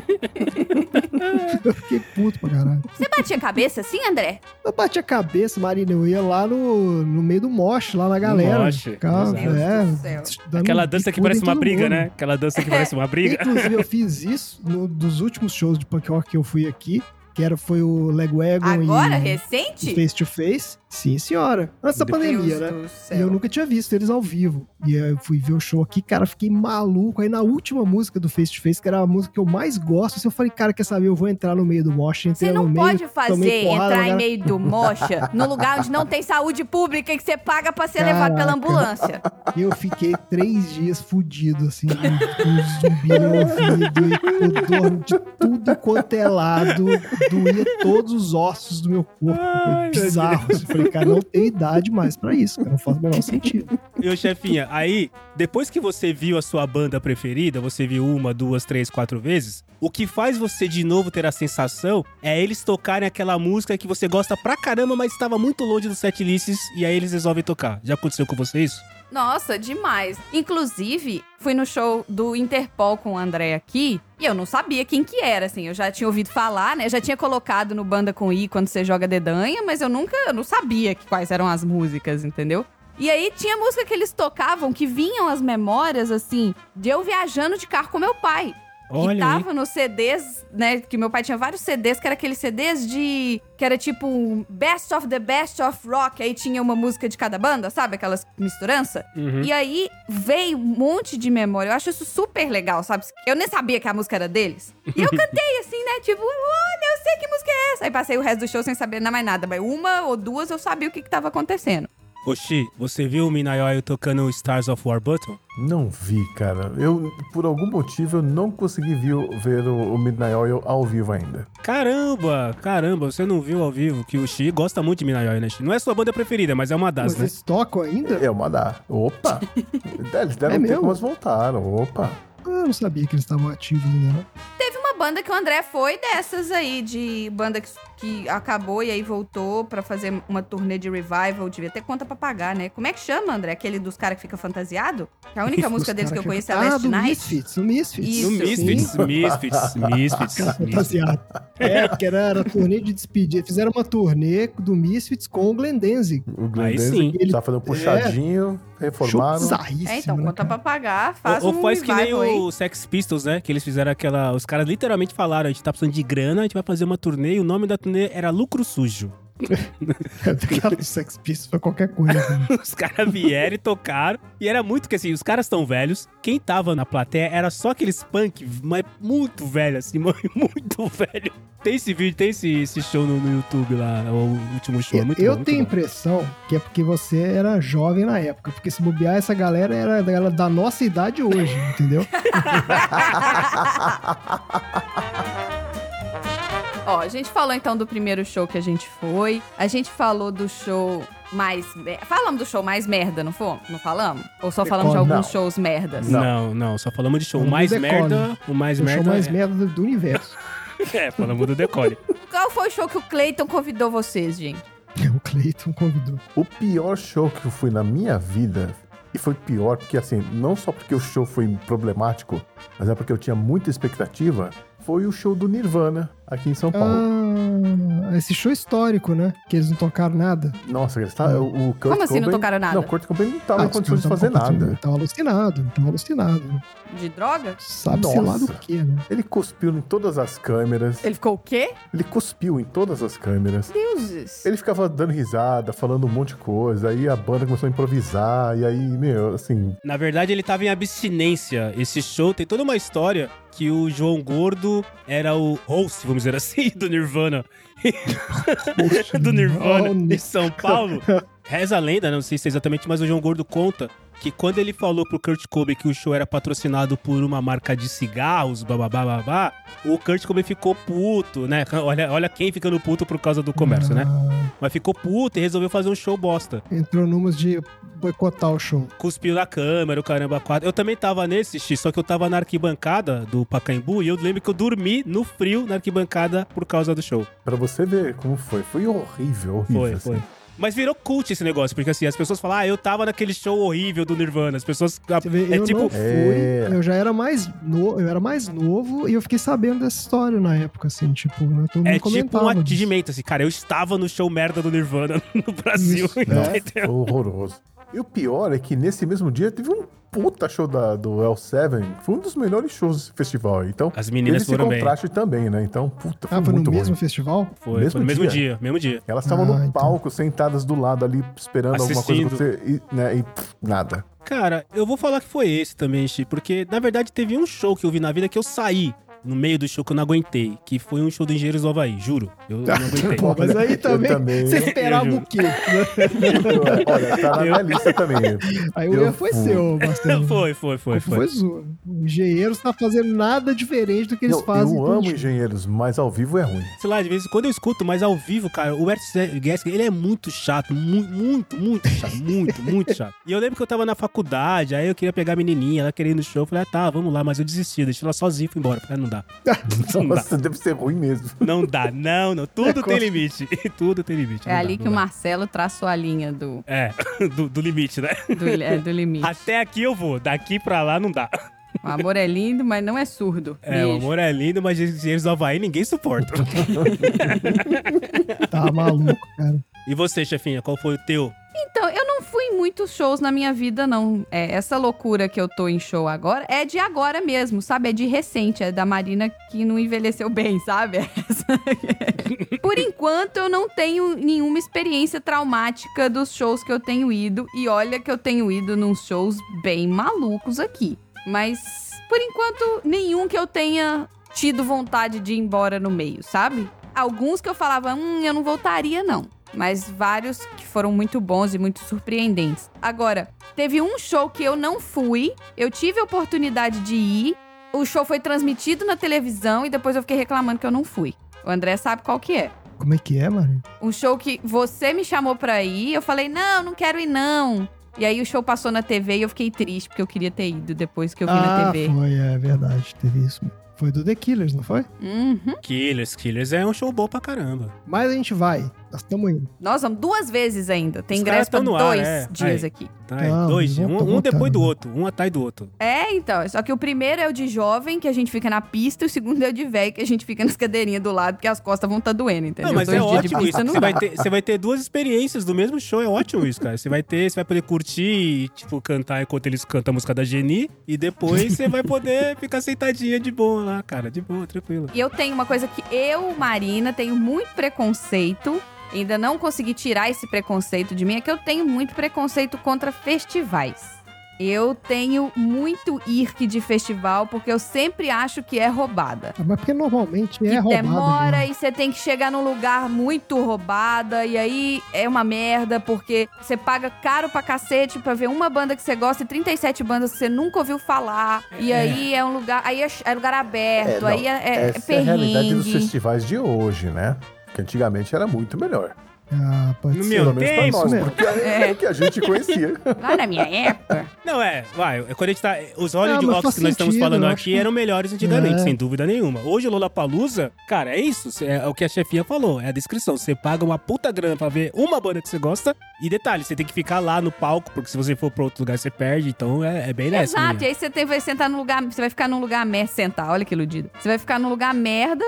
Eu fiquei puto pra caralho. Você batia a cabeça assim, André? Eu bati a cabeça, Marina. Eu ia lá no meio do mosh, lá na galera. mosh, Ficava, exato. Deus do céu. dando Aquela dança que bicuda parece em uma todo briga, mundo. né? Aquela dança que parece uma briga. Inclusive, eu fiz isso dos últimos shows de punk rock que eu fui aqui, que foi o Legwagon Agora, e recente? o Face to Face. Sim, senhora. Antes da Deus pandemia, né? do E céu. eu nunca tinha visto eles ao vivo. E eu fui ver o show aqui, cara, fiquei maluco. Aí na última música do Face to Face, que era a música que eu mais gosto, assim, eu falei, cara, quer saber? Eu vou entrar no meio do mosh. Você Entrei não no meio, pode tomei fazer porrada, entrar em galera. meio do mocha no lugar onde não tem saúde pública e que você paga pra ser levado pela Caraca. ambulância. Eu fiquei 3 dias fudido, assim, com zumbi no ouvido, e dor de tudo quanto é lado, doía todos os ossos do meu corpo. Ai, Foi meu bizarro. Assim, falei, cara, não tenho idade mais pra isso, cara, não faz o menor sentido. E ô, chefinha, aí, depois que você viu a sua banda preferida, você viu 1, 2, 3, 4 vezes, o que faz você de novo ter a sensação é eles tocarem aquela música que você gosta pra caramba, mas estava muito longe dos setlists, e aí eles resolvem tocar. Já aconteceu com você isso? Nossa, demais. Inclusive, fui no show do Interpol com o André aqui e eu não sabia quem que era, assim. Eu já tinha ouvido falar, né? Já tinha colocado no Banda com I quando você joga dedanha, mas eu não sabia quais eram as músicas, entendeu? E aí tinha música que eles tocavam que vinham as memórias, assim, de eu viajando de carro com meu pai. Olha que aí. tava nos CDs, né? Que meu pai tinha vários CDs, que era aqueles CDs que era tipo um Best of the Best of Rock. Aí tinha uma música de cada banda, sabe? Aquelas misturança. Uhum. E aí veio um monte de memória. Eu acho isso super legal, sabe? Eu nem sabia que a música era deles. E eu cantei assim, né? Tipo, olha, eu sei que música é essa. Aí passei o resto do show sem saber mais nada. Mas 1 ou 2 eu sabia o que tava acontecendo. Oxi, você viu o Minayoyo tocando Stars of War Button? Não vi, cara. Eu, por algum motivo, eu não consegui ver o Midnight Oil ao vivo ainda. Caramba, você não viu ao vivo que o Xi gosta muito de Minayoyo, né, Xi? Não é sua banda preferida, mas é uma das, Mas né? eles tocam ainda? É uma da... Opa! Eles deram É um tempo, mesmo? mas voltaram. Opa! Eu não sabia que eles estavam ativos ainda, não. Teve uma banda que o André foi dessas aí, de banda que acabou e aí voltou pra fazer uma turnê de revival. Devia ter conta pra pagar, né? Como é que chama, André? Aquele dos caras que fica fantasiado? Que a única música Os deles que cara eu conheço é Ah, Last do Night. Misfits, o Misfits. Isso. No Misfits, Sim. Misfits. Cara, fantasiado. Porque era turnê de despedida. Fizeram uma turnê do Misfits com o Glenn Danzig. O Glenn Aí Danzig sim. Ele- tá fazendo um puxadinho, reformaram. bizarríssimo, É, então, né, conta cara? pra pagar, faz Ou um faz que nem revival aí. o Sex Pistols, né? Que eles fizeram aquela... Os caras literalmente falaram, a gente tá precisando de grana, a gente vai fazer uma turnê, e o nome da turnê era Lucro Sujo. Aquela do Sex Pistols foi qualquer coisa. Né? Os caras vieram e tocaram. E era muito que assim, os caras tão velhos. Quem tava na plateia era só aqueles punk, mas muito velho, assim, muito velho. Tem esse vídeo, tem esse show no YouTube lá, o último show. Muito Eu bom, muito tenho a bom. impressão que é porque você era jovem na época. Porque se bobear, essa galera era da nossa idade hoje, entendeu? Ó, a gente falou então do primeiro show que a gente foi. A gente falou do show mais... Falamos do show mais merda, não foi? Não falamos? Ou só falamos de Decole, alguns não. shows merdas? Não, só falamos de show. O Falamos mais do Decole. merda, o mais O show merda mais é... merda do universo. É, falamos do Decole. Qual foi o show que o Clayton convidou vocês, gente? O Clayton convidou. O pior show que eu fui na minha vida, e foi pior porque, assim, não só porque o show foi problemático, mas é porque eu tinha muita expectativa, foi o show do Nirvana, aqui em São Paulo. Ah, esse show histórico, né? Que eles não tocaram nada. Nossa, eles tá, o Kurt Como assim não Cobain- tocaram nada? Não, o Kurt Cobain não tava em os condições de caras fazer tavam- nada. Tava alucinado. De droga? Sabe-se lá do Nossa. que, né? Ele cuspiu em todas as câmeras. Ele ficou o quê? Ele cuspiu em todas as câmeras. Deuses. Ele ficava dando risada, falando um monte de coisa. Aí a banda começou a improvisar. E aí, meu, assim... Na verdade, ele tava em abstinência. Esse show tem toda uma história que o João Gordo era o host, vamos dizer assim, do Nirvana. do Nirvana Oh, em São Paulo. Reza a lenda, não sei se é exatamente, mas o João Gordo conta que quando ele falou pro Kurt Cobain que o show era patrocinado por uma marca de cigarros, babá, o Kurt Cobain ficou puto, né? Olha quem ficando puto por causa do comércio, né? Mas ficou puto e resolveu fazer um show bosta. Entrou numas de boicotar o show. Cuspiu na câmera, o caramba, 4. Eu também tava nesse, só que eu tava na arquibancada do Pacaembu e eu lembro que eu dormi no frio na arquibancada por causa do show. Pra você ver como foi. Foi horrível, Foi, assim. foi. Mas virou cult esse negócio, porque assim, as pessoas falam, eu tava naquele show horrível do Nirvana. As pessoas... Você vê, eu não fui, eu já era mais novo e eu fiquei sabendo dessa história na época, assim, tipo, todo mundo tipo um disso. atingimento, assim, cara, eu estava no show merda do Nirvana no Brasil. Isso, entendeu? Horroroso. E o pior é que nesse mesmo dia teve um puta show do L7. Foi um dos melhores shows desse festival. Então, as meninas foram bem. contraste também, né? Então, puta, foi foi muito no mesmo ruim. festival? Foi no mesmo dia. Elas estavam no então. palco, sentadas do lado ali, esperando alguma coisa acontecer. E nada. Cara, eu vou falar que foi esse também, Chi, porque, na verdade, teve um show que eu vi na vida que eu saí no meio do show que eu não aguentei, que foi um show do Engenheiros do Havaí, juro. Eu não aguentei. Pô, mas aí também, você esperava o quê? Olha, tá na minha lista também. Aí o erro foi seu, Marcelo. Foi. Foi sua. O Engenheiros tá fazendo nada diferente do que eles fazem. Eu amo Engenheiros, mas ao vivo é ruim. Sei lá, de vez em quando eu escuto, mas ao vivo, cara, o Ert Gessinger, ele é muito chato, muito chato, muito chato. E eu lembro que eu tava na faculdade, aí eu queria pegar a menininha, ela queria ir no show, eu falei, tá, vamos lá, mas eu desisti, deixei ela sozinha e fui embora. Eu falei, não dá. Nossa, deve ser ruim mesmo. Não dá, não, tudo tem limite. Tudo tem limite. É ali que o Marcelo traçou a linha do... do limite, né? Do limite. Até aqui eu vou, daqui pra lá não dá. O amor é lindo, mas não é surdo. O amor é lindo, mas Engenheiros do Havaí ninguém suporta. Tá maluco, cara. E você, chefinha, qual foi o teu? Então, eu não fui em muitos shows na minha vida, não. Essa loucura que eu tô em show agora é de agora mesmo, sabe? É de recente, é da Marina que não envelheceu bem, sabe? Por enquanto, eu não tenho nenhuma experiência traumática dos shows que eu tenho ido. E olha que eu tenho ido nos shows bem malucos aqui. Mas, por enquanto, nenhum que eu tenha tido vontade de ir embora no meio, sabe? Alguns que eu falava, eu não voltaria, não. Mas vários que foram muito bons e muito surpreendentes. Agora, teve um show que eu não fui, eu tive a oportunidade de ir, o show foi transmitido na televisão e depois eu fiquei reclamando que eu não fui. O André sabe qual que é. Como é que é, Maria? Um show que você me chamou pra ir, eu falei, não quero ir não. E aí o show passou na TV e eu fiquei triste, porque eu queria ter ido depois que eu vi na TV. Foi, é verdade, teve isso. Foi do The Killers, não foi? Uhum. Killers é um show bom pra caramba. Mas a gente vai, nós estamos indo. Nós vamos 2 vezes ainda. Tem Os ingresso pra caras tão no 2 ar, dias Aí. aqui. Tá, Não, 2, não tô um depois do botando. outro, um atrás do outro. Então. Só que o primeiro é o de jovem, que a gente fica na pista, e o segundo é o de velho, que a gente fica nas cadeirinhas do lado, porque as costas vão estar doendo, entendeu? Não, mas 2 é dias de ótimo pista isso. não Você dá. vai ter 2 experiências do mesmo show, é ótimo isso, cara. Você vai poder curtir e, tipo, cantar enquanto eles cantam a música da Geni, e depois você vai poder ficar sentadinha de boa lá, cara, de boa, tranquilo. E eu tenho uma coisa que eu, Marina, tenho muito preconceito. Ainda não consegui tirar esse preconceito de mim. É que eu tenho muito preconceito contra festivais. Eu tenho muito irque de festival, porque eu sempre acho que é roubada. Mas porque normalmente Que é roubado. demora né? e você tem que chegar num lugar muito roubada. E aí é uma merda, porque você paga caro pra cacete pra ver uma banda que você gosta e 37 bandas que você nunca ouviu falar. E aí é um lugar... Aí é lugar aberto, aí é Essa é a realidade dos perrengue. festivais de hoje, né? Que antigamente era muito melhor. Ah, pode No ser. meu Pelo menos pra tempo, nós, né? porque é o que a gente conhecia. Lá na minha época... Não, quando a gente tá... Os Hollywood mas Rocks faz que nós estamos sentido, falando eu aqui acho. eram melhores antigamente, É. sem dúvida nenhuma. Hoje o Lollapalooza, cara, é isso. É o que a chefinha falou, é a descrição. Você paga uma puta grana pra ver uma banda que você gosta e detalhe, você tem que ficar lá no palco, porque se você for pra outro lugar você perde, então é bem nessa. Exato, e linha. aí você vai sentar num lugar, você vai ficar num lugar merda, sentar, olha que iludido. Você vai ficar num lugar merda,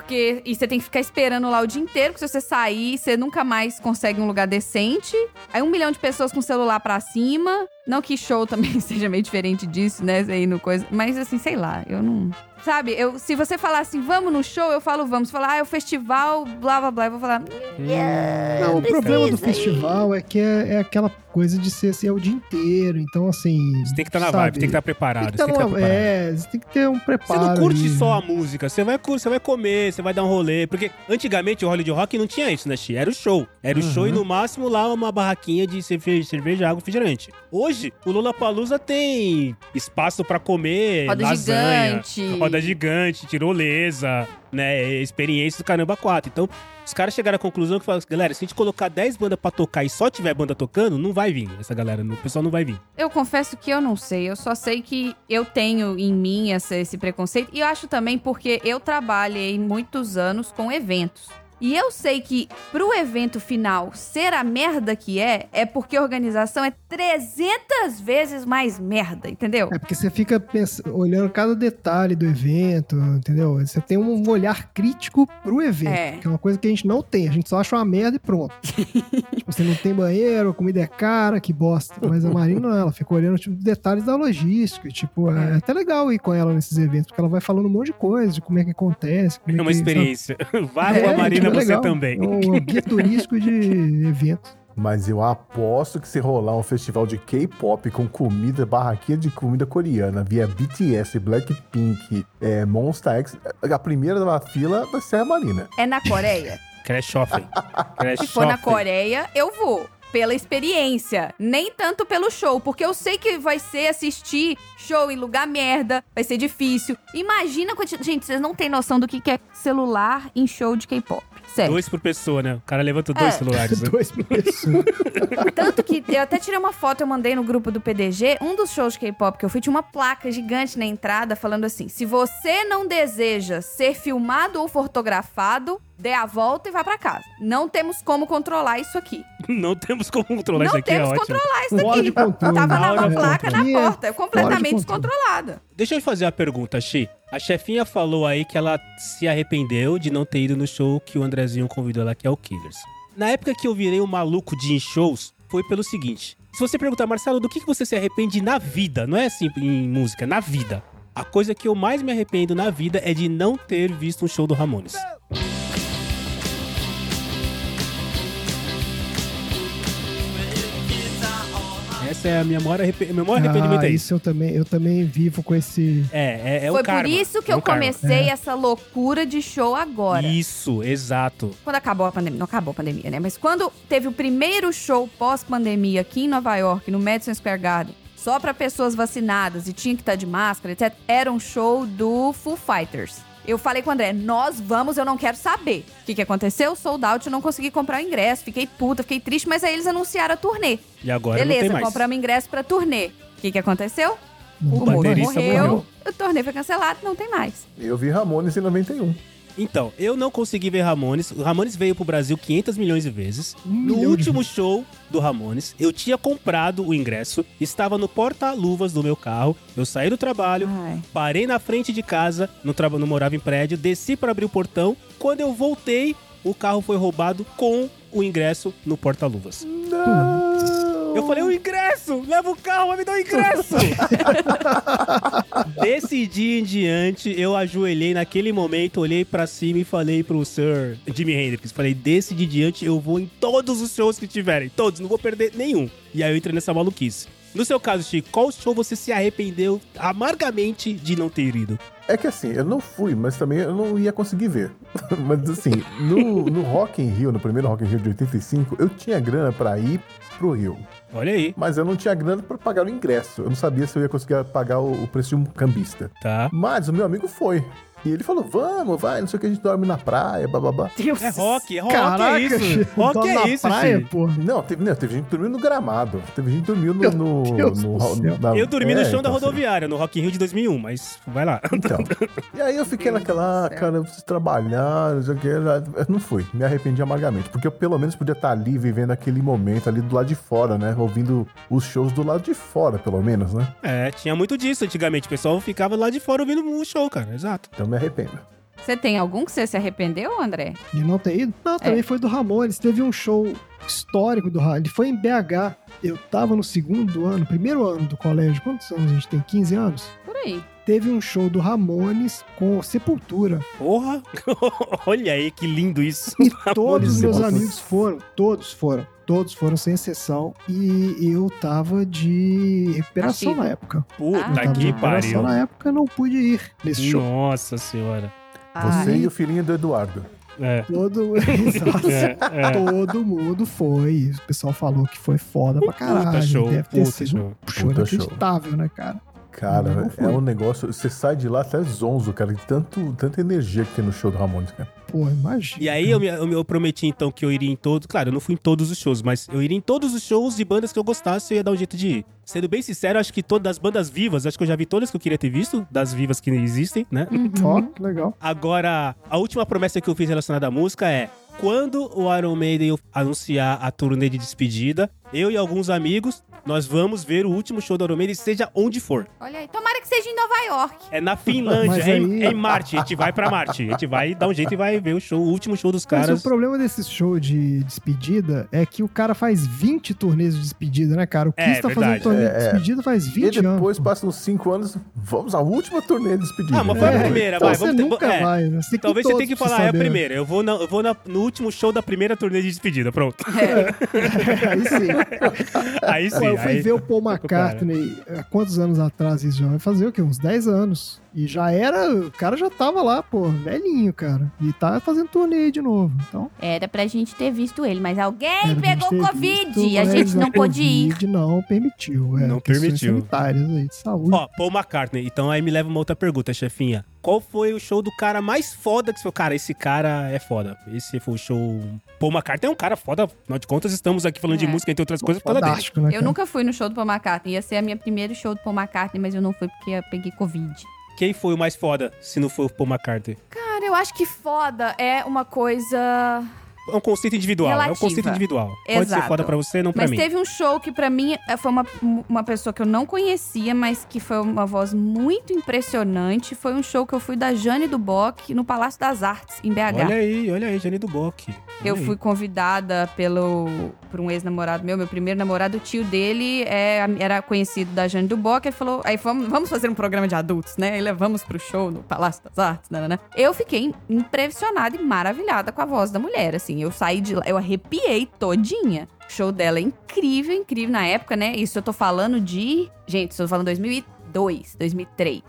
e você tem que ficar esperando lá o dia inteiro, porque se você sair, você nunca mais consegue um lugar decente. Aí 1 milhão de pessoas com o celular pra cima, não que show também seja meio diferente disso, né, aí no coisa, mas assim, sei lá, eu não... Sabe, se você falar assim, vamos no show, eu falo vamos. Se falar, é o festival, blá, blá, blá, eu vou falar... Não, o problema do festival é que é aquela coisa de ser assim, é o dia inteiro. Então, assim. Você tem que estar na sabe? vibe, tem que estar preparado. Tem que estar você tem que ter um Você preparo. não curte ali. só a música, você vai comer, você vai dar um rolê. Porque antigamente o Hollywood Rock não tinha isso, né, Xi? Era o show. show. Era o show e no máximo lá uma barraquinha de cerveja, água, refrigerante. Hoje, o Lollapalooza tem espaço pra comer, Roda lasanha, gigante. roda gigante, tirolesa, né, experiência do caramba 4. Então, os caras chegaram à conclusão que falaram, galera, se a gente colocar 10 bandas pra tocar e só tiver banda tocando, não vai vir essa galera, o pessoal não vai vir. Eu confesso que eu não sei, eu só sei que eu tenho em mim esse preconceito. E eu acho também porque eu trabalhei muitos anos com eventos. E eu sei que pro evento final ser a merda que é porque a organização é 300 vezes mais merda, entendeu? É porque você fica olhando cada detalhe do evento, entendeu? Você tem um olhar crítico pro evento, que é uma coisa que a gente não tem. A gente só acha uma merda e pronto. Tipo, você não tem banheiro, a comida é cara, que bosta. Mas a Marina, não, ela fica olhando tipo, detalhes da logística. E, tipo, é até legal ir com ela nesses eventos, porque ela vai falando um monte de coisa, de como é que acontece. Como É uma que, experiência. Vai com a Marina, você legal. também. É um guia turístico de eventos. Mas eu aposto que se rolar um festival de K-pop com comida, barraquinha de comida coreana, via BTS, Blackpink, Monsta X, a primeira da fila vai ser a Marina. É na Coreia? Crash Off. Se for na Coreia, eu vou. Pela experiência, nem tanto pelo show, porque eu sei que vai ser assistir show em lugar merda, vai ser difícil. Imagina, gente, vocês não têm noção do que é celular em show de K-pop. Sério. 2 por pessoa, né? O cara levanta 2 celulares. Né? 2 por pessoa. Tanto que eu até tirei uma foto, eu mandei no grupo do PDG. Um dos shows de K-pop que eu fui tinha uma placa gigante na entrada falando assim: se você não deseja ser filmado ou fotografado, dê a volta e vá pra casa. Não temos como controlar isso aqui. Não temos como controlar isso Não aqui, é temos ótimo. controlar isso Fora aqui. de controle. Tava Fora na de placa controle. na porta, completamente Fora de controle. descontrolada. Deixa eu te fazer uma pergunta, Xi. A chefinha falou aí que ela se arrependeu de não ter ido no show que o Andrezinho convidou ela, que é o Killers. Na época que eu virei um maluco de ir em shows, foi pelo seguinte. Se você perguntar, Marcelo, do que você se arrepende na vida? Não é assim em música, na vida. A coisa que eu mais me arrependo na vida é de não ter visto um show do Ramones. Essa é a minha maior arrependimento é isso. Isso eu também vivo com esse... É Foi um karma. por isso que É um eu karma. comecei essa loucura de show agora. Isso, exato. Quando acabou a pandemia, não acabou a pandemia, né? Mas quando teve o primeiro show pós-pandemia aqui em Nova York, no Madison Square Garden, só pra pessoas vacinadas e tinha que estar de máscara, etc., era um show do Foo Fighters. Eu falei com o André, nós vamos, eu não quero saber. O que aconteceu? Sold out, eu não consegui comprar o ingresso. Fiquei puta, fiquei triste, mas aí eles anunciaram a turnê. E agora não Beleza, tem mais. compramos ingresso pra turnê. O que aconteceu? O baterista morreu. O turnê foi cancelado, não tem mais. Eu vi Ramones em 91. Então, eu não consegui ver Ramones. O Ramones veio pro Brasil 500 milhões de vezes. No milhão de último show do Ramones, eu tinha comprado o ingresso, estava no porta-luvas do meu carro, eu saí do trabalho, Ai. parei na frente de casa, não morava em prédio, desci pra abrir o portão. Quando eu voltei, o carro foi roubado com o ingresso no porta-luvas. Eu falei, o ingresso! Leva o carro, vai me dar o ingresso! Desse dia em diante, eu ajoelhei naquele momento, olhei pra cima e falei pro Sir Jimi Hendrix. Falei, desse dia em diante, eu vou em todos os shows que tiverem. Todos, não vou perder nenhum. E aí eu entrei nessa maluquice. No seu caso, Chico, qual show você se arrependeu amargamente de não ter ido? É que assim, eu não fui, mas também eu não ia conseguir ver. Mas assim, no Rock in Rio, no primeiro Rock in Rio de 85, eu tinha grana pra ir pro Rio. Olha aí, Mas eu não tinha grana pra pagar o ingresso. Eu não sabia se eu ia conseguir pagar o preço de um cambista. tá? Mas o meu amigo foi. E ele falou, vamos, vai, não sei o que, a gente dorme na praia, bababá. É rock, Caraca, é isso. Chico, Rock dorme é na isso, praia, Chico. porra. Não, teve gente que dormiu no gramado. Teve gente que dormiu Meu Deus do céu. Eu dormi no chão da então, assim, rodoviária, no Rock in Rio de 2001, mas vai lá. Então, e aí eu fiquei naquela, cara, eu preciso trabalhar, não sei o que, eu não fui, me arrependi amargamente, porque eu pelo menos podia estar ali, vivendo aquele momento ali do lado de fora, né, ouvindo os shows do lado de fora, pelo menos, né, É, tinha muito disso antigamente, o pessoal ficava lá de fora ouvindo o show, cara, exato. então me arrependo. Você tem algum que você se arrependeu, André? De não ter ido? Não, também foi do Ramones. Teve um show histórico do Ramones. Ele foi em BH. Eu tava no primeiro ano do colégio. Quantos anos a gente tem? 15 anos? Por aí. Teve um show do Ramones com Sepultura. Porra! Olha aí, que lindo isso. E todos os meus Ramones. amigos foram. Todos foram. Todos foram, sem exceção. E eu tava de recuperação Ativo. na época. Puta Eu tava de que recuperação pariu. na época, não pude ir nesse show. Nossa senhora. Você Ai. e o filhinho do Eduardo. É. Exato. Todo mundo foi. O pessoal falou que foi foda pra caralho. show, Deve ter puta sido show. um show Puta show. inacreditável, né, cara? Cara, Não é foi. um negócio... Você sai de lá até zonzo, cara, de tanta energia que tem no show do Ramones, cara. Pô, imagina. E aí eu prometi então que eu iria em todos. Claro, eu não fui em todos os shows, mas eu iria em todos os shows de bandas que eu gostasse e eu ia dar um jeito de ir. Sendo bem sincero, acho que todas as bandas vivas, acho que eu já vi todas que eu queria ter visto, das vivas que existem, né? Ó, que legal. Agora, a última promessa que eu fiz relacionada à música é: quando o Iron Maiden anunciar a turnê de despedida, eu e alguns amigos, nós vamos ver o último show do Iron Maiden, seja onde for. Olha aí, tomara que seja em Nova York. É na Finlândia, Mas é aí- em Marte. A gente vai pra Marte. A gente vai dar um jeito e vai ver o último show dos Mas caras. o problema desse show de despedida é que o cara faz 20 turnês de despedida, né, cara? O É, Kiss tá verdade. fazendo turnê de despedida faz E 20 anos. depois, passam uns 5 anos, vamos à última turnê de despedida. Ah, mas foi a né? primeira, então vai. você Vamos ter- nunca é. vai, né? Você tem que ir Talvez você todos tenha que pra falar, é a saber. primeira. Eu vou no último show da primeira turnê de despedida, pronto. Aí sim. Aí sim. Pô, eu fui aí... ver o Paul McCartney há quantos anos atrás? Isso já vai fazer o quê? Uns 10 anos. E já era... O cara já tava lá, pô, velhinho, cara. E tá fazendo turnê aí de novo. Então... Era pra gente ter visto ele, mas alguém era pra pegou gente ter Covid visto, e a mas gente não pôde ir. Covid não permitiu. Não questões permitiu. sanitárias aí, de saúde. Ó, Paul McCartney. Então aí me leva uma outra pergunta, chefinha. Qual foi o show do cara mais foda que você falou? Cara, esse cara é foda. Esse foi o show... Paul McCartney é um cara foda. Afinal de contas, estamos aqui falando de É. música, entre outras coisas, por causa dele. Fantástico, né, Eu cara? nunca fui no show do Paul McCartney. Ia ser a minha primeiro show do Paul McCartney, mas eu não fui porque eu peguei Covid. Quem foi o mais foda, se não foi o Paul McCartney? Cara, eu acho que foda é uma coisa... É um conceito individual. É um Relativa. conceito individual. Pode ser Exato. foda pra você, não pra Mas mim. teve um show que pra mim foi uma pessoa que eu não conhecia, mas que foi uma voz muito impressionante. Foi um show que eu fui da Jane do Bock no Palácio das Artes, em BH. Olha aí, Jane do Bock. Eu fui convidada por um ex-namorado meu primeiro namorado, o tio dele era conhecido da Jane do Bock. Ele falou, aí vamos fazer um programa de adultos, né? E levamos pro show no Palácio das Artes, né? Eu fiquei impressionada e maravilhada com a voz da mulher, assim. Eu saí de lá, eu arrepiei todinha. O show dela é incrível, incrível na época, né? Isso eu tô falando de... Gente, estou falando 2002, 2003.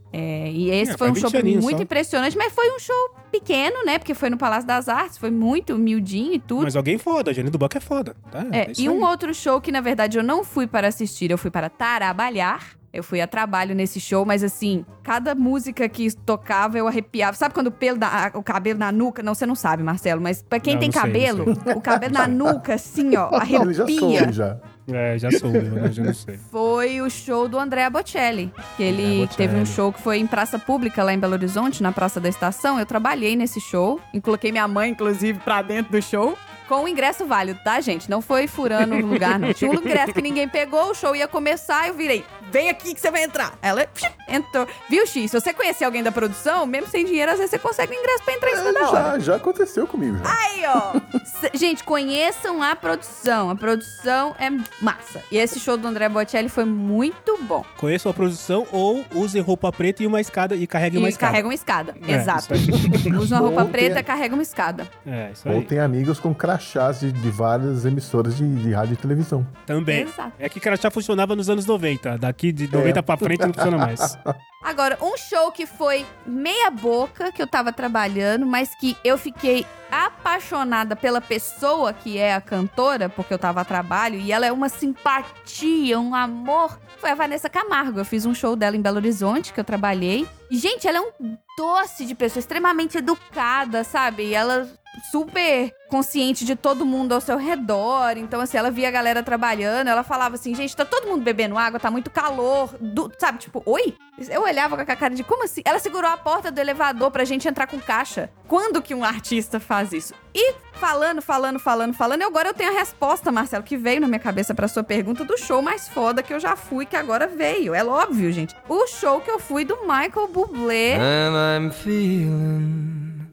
E esse foi um faz show 20 aninhos muito só. impressionante, mas foi um show pequeno, né? Porque foi no Palácio das Artes, foi muito humildinho e tudo. Mas alguém foda, a Jane do Bock é foda, tá? Isso E aí. um outro show que, na verdade, eu não fui para assistir, eu fui para trabalhar. Eu fui a trabalho nesse show, mas assim, cada música que tocava eu arrepiava. Sabe quando o cabelo na nuca? Não, você não sabe, Marcelo, mas pra quem Não, tem não sei, cabelo, não o cabelo na nuca, assim, ó, Ele já arrepia. soube, já. É, já soube, eu já não sei. Foi o show do Andrea Bocelli, que ele Andrea Bocelli. teve um show que foi em praça pública lá em Belo Horizonte, na Praça da Estação. Eu trabalhei nesse show, coloquei minha mãe, inclusive, pra dentro do show. Com o ingresso válido, tá, gente? Não foi furando o lugar, não. Tinha um ingresso que ninguém pegou, o show ia começar, eu virei, vem aqui que você vai entrar. Ela entrou. Viu, X? Se você conhecer alguém da produção, mesmo sem dinheiro, às vezes você consegue ingresso pra entrar em cima da hora. Já aconteceu comigo, já. Aí, ó. Gente, conheçam a produção. A produção é massa. E esse show do André Bocelli foi muito bom. Conheçam a produção ou use roupa preta e uma escada e carregue uma E escada. carrega uma escada. É, Exato. isso Usa uma roupa Ou preta, tem- carrega uma escada. É, isso Ou aí. tem amigos com crachás de várias emissoras de rádio e televisão. Também. Exato. É que crachá funcionava nos anos 90. Daqui de 90 pra frente não funciona mais. Agora, um show que foi meia boca, que eu tava trabalhando, mas que eu fiquei apaixonada pela pessoa que é a cantora, porque eu tava a trabalho, e ela é uma simpatia, um amor. Foi a Vanessa Camargo. Eu fiz um show dela em Belo Horizonte, que eu trabalhei. E, gente, ela é um doce de pessoa, extremamente educada, sabe? E ela super consciente de todo mundo ao seu redor. Então, assim, ela via a galera trabalhando, ela falava assim, gente, tá todo mundo bebendo água, tá muito calor. Sabe, tipo, oi? Eu olhava com a cara de, como assim? Ela segurou a porta do elevador pra gente entrar com caixa. Quando que um artista faz isso? E falando, e agora eu tenho a resposta, Marcelo, que veio na minha cabeça pra sua pergunta do show mais foda que eu já fui, que agora veio. É óbvio, gente. O show que eu fui do Michael Bublé. And I'm feeling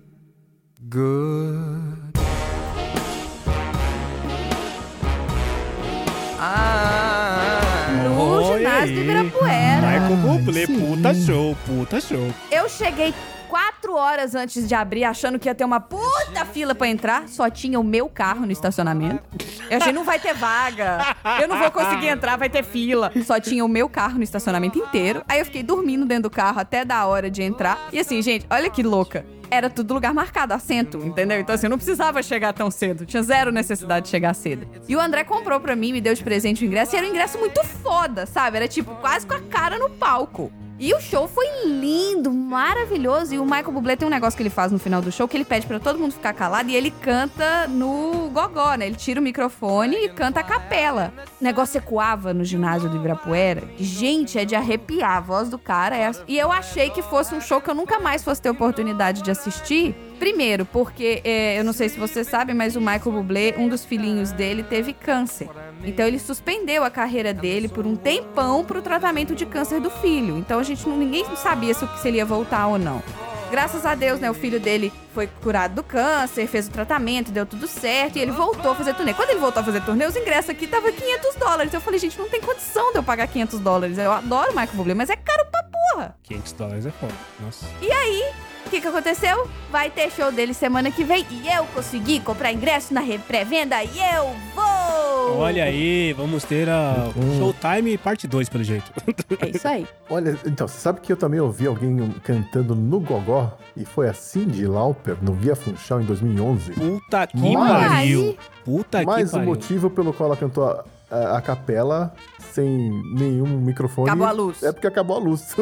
good. No Olha ginásio de aí. Ibirapuera. Michael Bublé, sim. puta show. Eu cheguei 4 horas antes de abrir, achando que ia ter uma puta fila pra entrar. Só tinha o meu carro no estacionamento. Eu achei, não vai ter vaga. Eu não vou conseguir entrar, vai ter fila. Só tinha o meu carro no estacionamento inteiro. Aí eu fiquei dormindo dentro do carro até da hora de entrar. E assim, gente, olha que louca. era tudo lugar marcado, assento, entendeu? Então assim, eu não precisava chegar tão cedo, tinha zero necessidade de chegar cedo. E o André comprou pra mim, me deu de presente o ingresso, e era um ingresso muito foda, sabe? Era tipo, quase com a cara no palco. E o show foi lindo, maravilhoso. E o Michael Bublé tem um negócio que ele faz no final do show, que ele pede pra todo mundo ficar calado e ele canta no gogó, né? Ele tira o microfone e canta a capela. O negócio ecoava no ginásio do Ibirapuera. Gente, é de arrepiar. A voz do cara é... E eu achei que fosse um show que eu nunca mais fosse ter oportunidade de assistir. Primeiro, porque, eu não sei se você sabe, mas o Michael Bublé, um dos filhinhos dele, teve câncer. Então ele suspendeu a carreira dele por um tempão pro tratamento de câncer do filho. Então ninguém sabia se ele ia voltar ou não. Graças a Deus, né, o filho dele foi curado do câncer, fez o tratamento, deu tudo certo e ele voltou a fazer turnê. Quando ele voltou a fazer turnê, os ingressos aqui tava $500. Eu falei, gente, não tem condição de eu pagar $500. Eu adoro o Michael Bublé, mas é caro pra porra. $500 é foda, nossa. E aí... O que aconteceu? Vai ter show dele semana que vem e eu consegui comprar ingresso na pré-venda e eu vou! Olha aí, vamos ter a Showtime parte 2, pelo jeito. É isso aí. Olha, então, você sabe que eu também ouvi alguém cantando no gogó e foi a Cyndi Lauper no Via Funchal em 2011. Puta que Mas- pariu. Puta que Mas o pariu. motivo pelo qual ela cantou a capela sem nenhum microfone... Acabou a luz. É porque acabou a luz.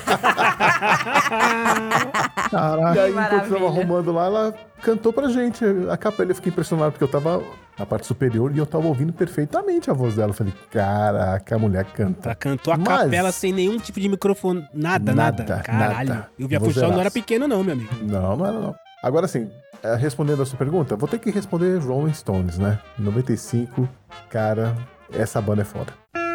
Caraca. E aí, maravilha. enquanto tava arrumando lá, ela cantou pra gente a capela. Eu fiquei impressionado porque eu tava na parte superior e eu tava ouvindo perfeitamente a voz dela. Eu falei, caraca, a mulher canta. Ela cantou a Mas- capela sem nenhum tipo de microfone. Nada. Caralho. nada. E o Via Vozeiraço. Funchal não era pequeno não, meu amigo. Não era não. Agora sim, respondendo a sua pergunta, vou ter que responder Rolling Stones, né? Em 95, cara, essa banda é foda.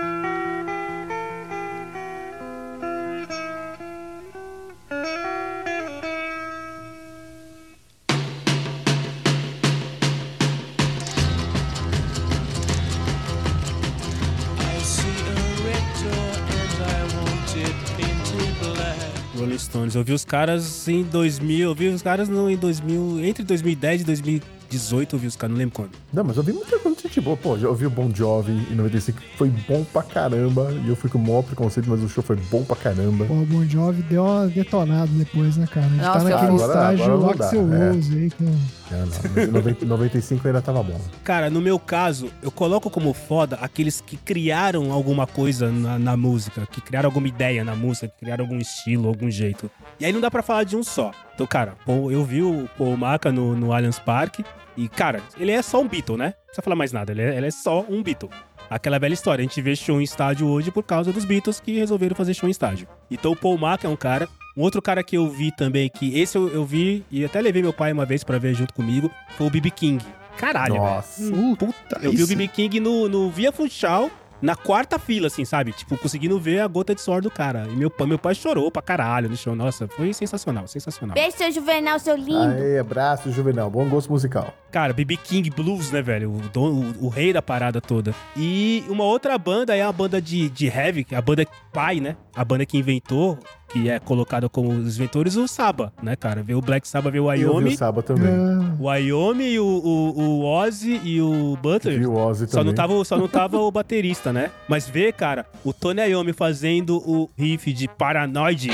I see a red door and I want it painted black. Rolling Stones. Eu vi os caras em 2000, entre 2010 e 2018 eu vi os caras, não lembro quando. Não, mas eu vi muita coisa de gente boa. Pô, já ouvi o Bon Jovi em 95, foi bom pra caramba. E eu fui com o maior preconceito, mas o show foi bom pra caramba. Pô, o Bon Jovi deu uma detonada depois, né, cara? A gente Nossa, tá naquele agora estágio não dá, Axl Rose aí, com... Em 95 ainda tava bom. Cara, no meu caso, eu coloco como foda aqueles que criaram alguma coisa na música, que criaram alguma ideia na música, que criaram algum estilo, algum jeito. E aí não dá pra falar de um só. Então, cara, eu vi o Paul Maca no Allianz Parque e, cara, ele é só um Beatle, né? Não precisa falar mais nada, ele é só um Beatle. Aquela velha história, a gente vê show em estádio hoje por causa dos Beatles que resolveram fazer show em estádio. Então o Paul Maca é um cara. Um outro cara que eu vi também, que esse eu vi e até levei meu pai uma vez pra ver junto comigo, foi o B.B. King. Caralho, Nossa. velho. Puta, Eu vi o isso- B.B. King no Via Funchal, na quarta fila, assim, sabe? Tipo, conseguindo ver a gota de suor do cara. E meu pai chorou pra caralho no show. Nossa, foi sensacional, sensacional. Beijo, seu Juvenal, seu lindo. Aê, abraço, Juvenal. Bom gosto musical. Cara, B.B. King Blues, né, velho? O rei da parada toda. E uma outra banda é a banda de heavy, que é a banda pai, né? A banda que inventou, que é colocada como os inventores, o Saba, né, cara? Veio o Black Sabbath, veio o Eu vi Wyoming. o Saba também. Ah, O Wyoming, o Ozzy e o Butler. Vi o Ozzy Só também. não tava o baterista, né? Mas vê, cara, o Tony Iommi fazendo o riff de Paranoid.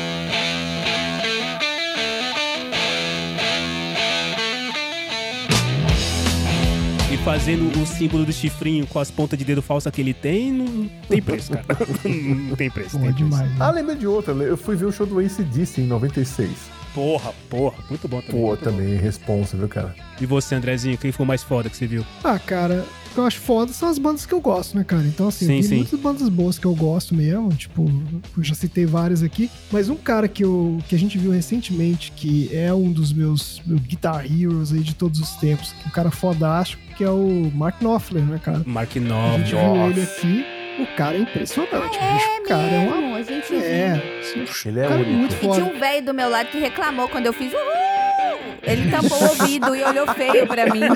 E fazendo o símbolo do chifrinho com as pontas de dedo falsa que ele tem, não tem preço, cara. Não tem preço. pô, Tem preço. demais. Né? Ah, lembrei de outra. Eu fui ver o show do AC/DC em 96. Porra, muito bom também. Pô, muito também responsa, viu, cara? bom. E você, Andrezinho, quem foi mais foda que você viu? Ah, cara, o que eu acho foda são as bandas que eu gosto, né, cara? Então, assim, Sim, tem sim. muitas bandas boas que eu gosto mesmo, tipo, eu já citei várias aqui, mas um cara que a gente viu recentemente, que é um dos meus Guitar Heroes aí de todos os tempos, que é um cara fodástico, que é o Mark Knopfler, né, cara? Mark A Knopfler. gente viu ele aqui, o cara é impressionante, bicho, o cara é uma... A gente viu. É, Ele é cara único. muito E tinha foda. um velho do meu lado que reclamou quando eu fiz uhul! Ele tampou o ouvido e olhou feio pra mim.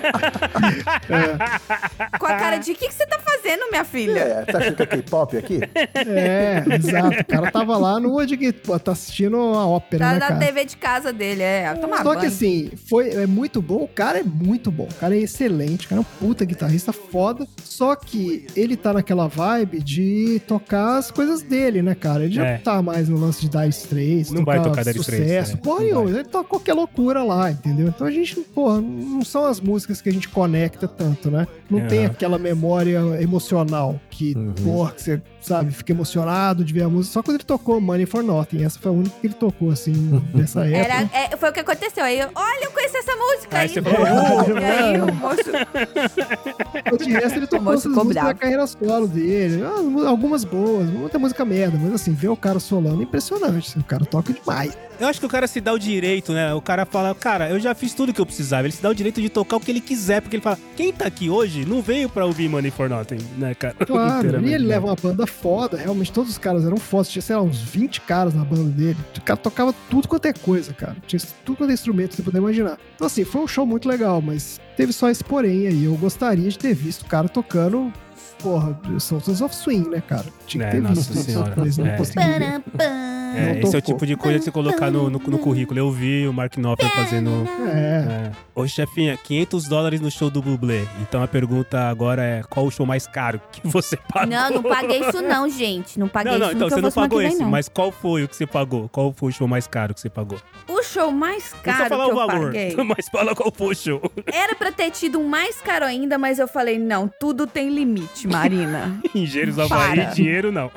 Com a cara de, o que você tá fazendo, minha filha? Tá achando que é K-pop aqui? Exato. O cara tava lá no de tá assistindo a ópera, Tá né, na cara? TV de casa dele, tomar Só banho. que assim, é muito bom, o cara é muito bom, o cara é excelente, o cara é um puta guitarrista foda, só que ele tá naquela vibe de tocar as coisas dele, né, cara? Ele já não tá mais no lance de Dire Straits, Não vai tocar Dire Straits, sucesso, né? porra Não nenhuma, vai. ele toca qualquer loucura lá, entendeu? Então a gente, porra, não são as músicas que a gente conecta tanto, né? Não tem aquela memória emocional que, porra, que você, sabe, fica emocionado de ver a música. Só quando ele tocou Money for Nothing, essa foi a única que ele tocou, assim, nessa época. Foi o que aconteceu. Aí, olha, eu conheci essa música. Aí você falou, E aí o moço... De resto, ele tocou moço essas ficou músicas da bravo. carreira solo dele. Algumas boas, muita música merda. Mas assim, ver o cara solando é impressionante. O cara toca demais. Eu acho que o cara se dá o direito, né? O cara fala, cara, eu já fiz tudo que eu precisava. Ele se dá o direito de tocar o que ele quiser, porque ele fala, quem tá aqui hoje não veio pra ouvir Money for Nothing, né, cara? Claro, Inteiramente, e ele né? leva uma banda foda. Realmente, todos os caras eram fodas. Tinha, sei lá, uns 20 caras na banda dele. O cara tocava tudo quanto é coisa, cara. Tinha tudo quanto é instrumento que você puder imaginar. Então, assim, foi um show muito legal, mas teve só esse porém aí. Eu gostaria de ter visto o cara tocando, porra, Sultans of Swing, né, cara? Tinha que ter Nossa visto. senhora. Mas não É. consegui ver. É, Não esse é o tocou. tipo de coisa que você colocar no currículo. Eu vi o Mark Knopfler fazendo... É. Ô, chefinha, $500 no show do Bublé. Então a pergunta agora é, qual o show mais caro que você pagou? Não paguei isso não, gente. Não paguei Não, isso então nunca você não vou semana pagou que vem, esse, não. mas qual foi o que você pagou? Qual foi o show mais caro que você pagou? O show mais Não caro precisa falar que o eu valor, paguei... mas fala qual foi o show. Era pra ter tido um mais caro ainda, mas eu falei, não, tudo tem limite, Marina. Engenheiros do Havaí, Para. dinheiro não.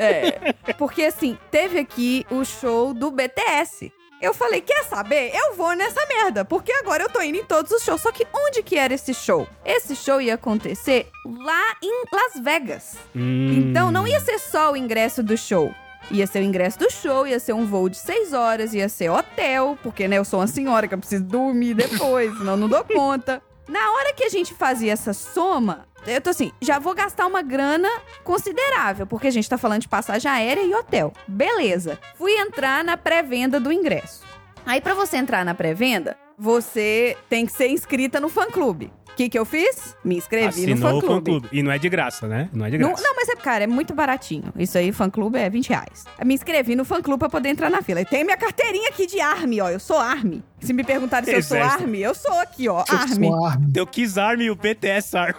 Porque assim, teve aqui o show do BTS. Eu falei, quer saber? Eu vou nessa merda, porque agora eu tô indo em todos os shows. Só que onde que era esse show? Esse show ia acontecer lá em Las Vegas. Então não ia ser só o ingresso do show. Ia ser o ingresso do show, ia ser um voo de 6 horas, ia ser hotel, porque, né, eu sou uma senhora que eu preciso dormir depois, senão eu não dou conta. Na hora que a gente fazia essa soma, eu tô assim, já vou gastar uma grana considerável, porque a gente tá falando de passagem aérea e hotel. Beleza. Fui entrar na pré-venda do ingresso. Aí, pra você entrar na pré-venda, você tem que ser inscrita no fã-clube. O que eu fiz? Me inscrevi no Assinou o fã-clube. fã-clube. E não é de graça, né? Não é de Não, graça. não, mas cara, é muito baratinho. Isso aí, fã-clube, é R$20. Eu me inscrevi no fã-clube pra poder entrar na fila. E tem minha carteirinha aqui de Army, ó. Eu sou Army. Se me perguntarem se eu sou Exército. Army, eu sou aqui, ó. Eu Army. sou Armin. Deu Kiss Army e o BTS Army.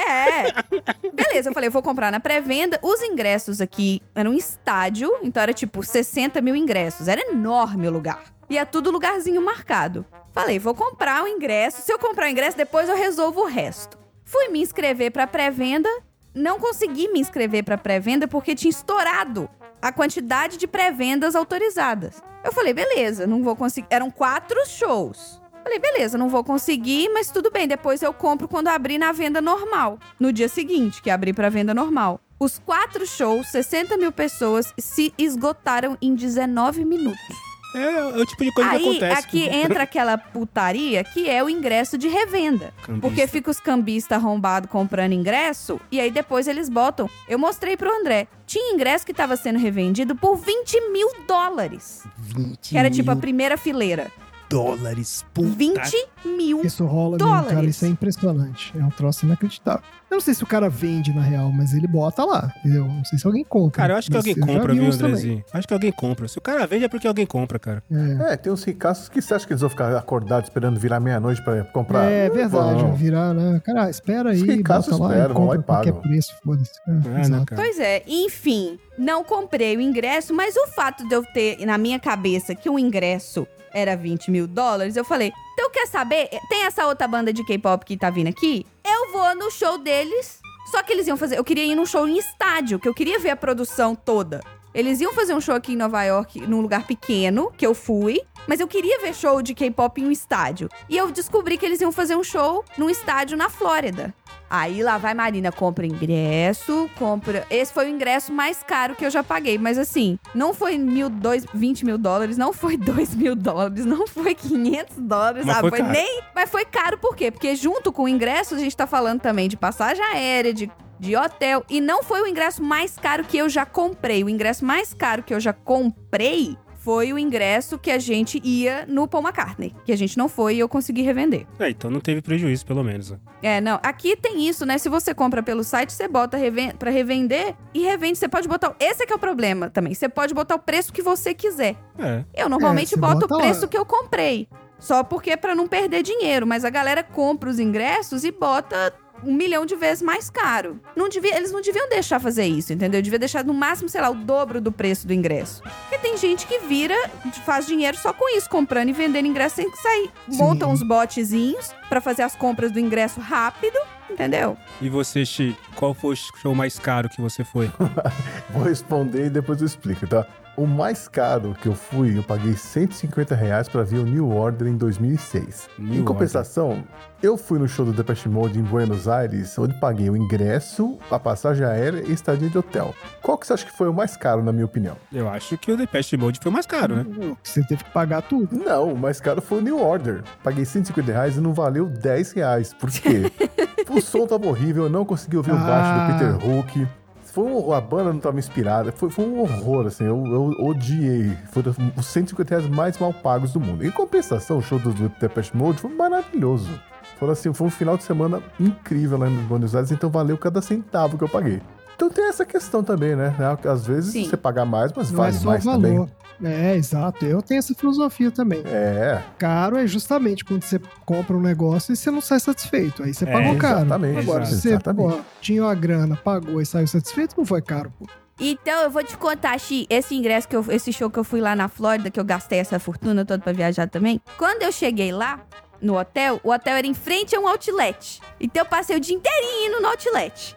É. Beleza, eu falei, eu vou comprar na pré-venda. Os ingressos aqui eram um estádio, então era tipo 60 mil ingressos. Era enorme o lugar. E é tudo lugarzinho marcado. Falei, vou comprar o ingresso. Se eu comprar o ingresso, depois eu resolvo o resto. Fui me inscrever pra pré-venda. Não consegui me inscrever pra pré-venda porque tinha estourado a quantidade de pré-vendas autorizadas. Eu falei, beleza, não vou conseguir. Eram 4 shows. Falei, beleza, não vou conseguir, mas tudo bem. Depois eu compro quando abrir na venda normal. No dia seguinte, que abri pra venda normal. Os 4 shows, 60 mil pessoas, se esgotaram em 19 minutos. É o tipo de coisa que Aí, acontece. aqui entra aquela putaria que é o ingresso de revenda. Cambista. Porque fica os cambistas arrombados comprando ingresso, e aí depois eles botam... Eu mostrei pro André. Tinha ingresso que tava sendo revendido por $20 mil. 20 Que era tipo a mil primeira fileira. dólares. Puta 20 mil. Isso rola mesmo, cara. dólares. Isso é impressionante. É um troço inacreditável. Eu não sei se o cara vende na real, mas ele bota lá, entendeu? Não sei se alguém compra. Cara, eu acho que Mas alguém eu já compra, vi viu, uns também. Andrezinho? Acho que alguém compra. Se o cara vende é porque alguém compra, cara. Tem uns ricaços que você acha que eles vão ficar acordados esperando virar meia-noite pra comprar? É Não verdade, vão. virar, né? Cara, espera Os aí, ricaços bota lá esperam, e vão lá compra e qualquer pagam. preço, foda-se. né, Exato. cara? Pois é, enfim, não comprei o ingresso, mas o fato de eu ter na minha cabeça que o ingresso era $20 mil, eu falei, então quer saber? Tem essa outra banda de K-pop que tá vindo aqui? Eu vou no show deles, só que eles iam fazer... Eu queria ir num show em estádio, que eu queria ver a produção toda. Eles iam fazer um show aqui em Nova York, num lugar pequeno, que eu fui, mas eu queria ver show de K-pop em um estádio. E eu descobri que eles iam fazer um show num estádio na Flórida. Aí lá vai Marina, compra ingresso, compra... Esse foi o ingresso mais caro que eu já paguei, mas assim, não foi $20 mil, não foi $2 mil, não foi $500, Mas foi caro. Mas foi caro por quê? Porque junto com o ingresso a gente tá falando também de passagem aérea, de hotel, e não foi o ingresso mais caro que eu já comprei. O ingresso mais caro que eu já comprei foi o ingresso que a gente ia no Paul McCartney. Que a gente não foi e eu consegui revender. Então não teve prejuízo, pelo menos. Não. Aqui tem isso, né? Se você compra pelo site, você bota pra revender e revende. Você pode botar... Esse é que é o problema também. Você pode botar o preço que você quiser. Eu normalmente você boto bota o preço lá. que eu comprei. Só porque é pra não perder dinheiro. Mas a galera compra os ingressos e bota 1 milhão de vezes mais caro. Eles não deviam deixar fazer isso, entendeu? Devia deixar no máximo, sei lá, o dobro do preço do ingresso. Porque tem gente que faz dinheiro só com isso, comprando e vendendo ingresso sem que sair. Sim. Montam uns botezinhos pra fazer as compras do ingresso rápido, entendeu? E você, Xi, qual foi o show mais caro que você foi? Vou responder e depois eu explico, tá? O mais caro que eu fui, eu paguei R$150 pra ver o New Order em 2006. New Em compensação, eu fui no show do Depeche Mode em Buenos Aires, onde paguei o ingresso, a passagem aérea e estadia de hotel. Qual que você acha que foi o mais caro, na minha opinião? Eu acho que o Depeche Mode foi o mais caro, né? Você teve que pagar tudo. Não, o mais caro foi o New Order. Paguei R$150 e não valeu R$10. Por quê? O som tava horrível, eu não consegui ouvir o baixo do Peter Hook. A banda não tava inspirada, foi um horror, assim, eu odiei. Foram os R$150 mais mal pagos do mundo. Em compensação, o show do Depeche Mode foi maravilhoso. Foi um final de semana incrível lá em Buenos Aires, então valeu cada centavo que eu paguei. Então tem essa questão também, né? Às vezes Sim. você pagar mais, mas Não vale é só mais o valor. também. Exato. Eu tenho essa filosofia também. Caro é justamente quando você compra um negócio e você não sai satisfeito. Aí você pagou caro. Exatamente. Agora, se você Exatamente. tinha a grana, pagou e saiu satisfeito, não foi caro, pô. Então, eu vou te contar, Xi, esse show que eu fui lá na Flórida, que eu gastei essa fortuna toda pra viajar também. Quando eu cheguei lá, no hotel, o hotel era em frente a um outlet. Então eu passei o dia inteirinho indo no outlet.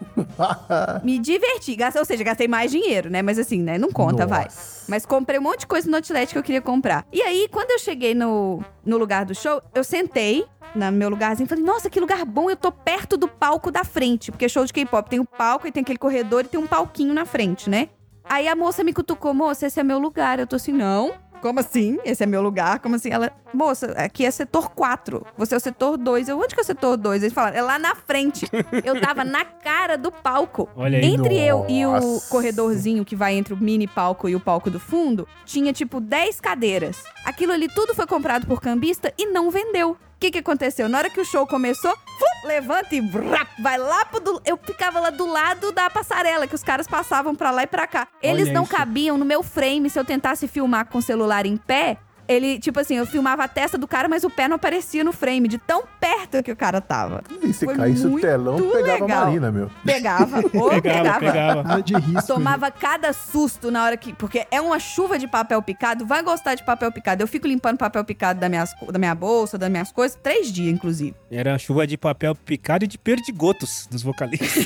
Me diverti. Gastei mais dinheiro, né? Mas assim, né? Não conta, vai. Mas comprei um monte de coisa no outlet que eu queria comprar. E aí, quando eu cheguei no lugar do show, eu sentei no meu lugarzinho e falei, nossa, que lugar bom, eu tô perto do palco da frente. Porque show de K-pop tem o palco e tem aquele corredor e tem um palquinho na frente, né? Aí a moça me cutucou, moça, esse é meu lugar. Eu tô assim, não. Como assim? Esse é meu lugar? Como assim? Ela, moça, aqui é setor 4. Você é o setor 2. Eu, onde que é o setor 2? Eles falaram, é lá na frente. Eu tava na cara do palco. Olha aí. Entre eu e o Nossa. corredorzinho que vai entre o mini palco e o palco do fundo, tinha tipo 10 cadeiras. Aquilo ali tudo foi comprado por cambista e não vendeu. O que aconteceu? Na hora que o show começou, levanta e vai lá eu ficava lá do lado da passarela, que os caras passavam pra lá e pra cá. Eles Olha não isso. cabiam no meu frame. Se eu tentasse filmar com o celular em pé, ele, tipo assim, eu filmava a testa do cara, mas o pé não aparecia no frame, de tão perto que o cara tava. E se Foi caísse o muito telão, pegava legal. a Marina, meu. Pegava, Pegava. Nada de risco. Tomava cada susto na hora que... Porque é uma chuva de papel picado. Vai gostar de papel picado. Eu fico limpando papel picado da minha bolsa, das minhas coisas, 3 dias, inclusive. Era a chuva de papel picado e de perdigotos dos vocalistas.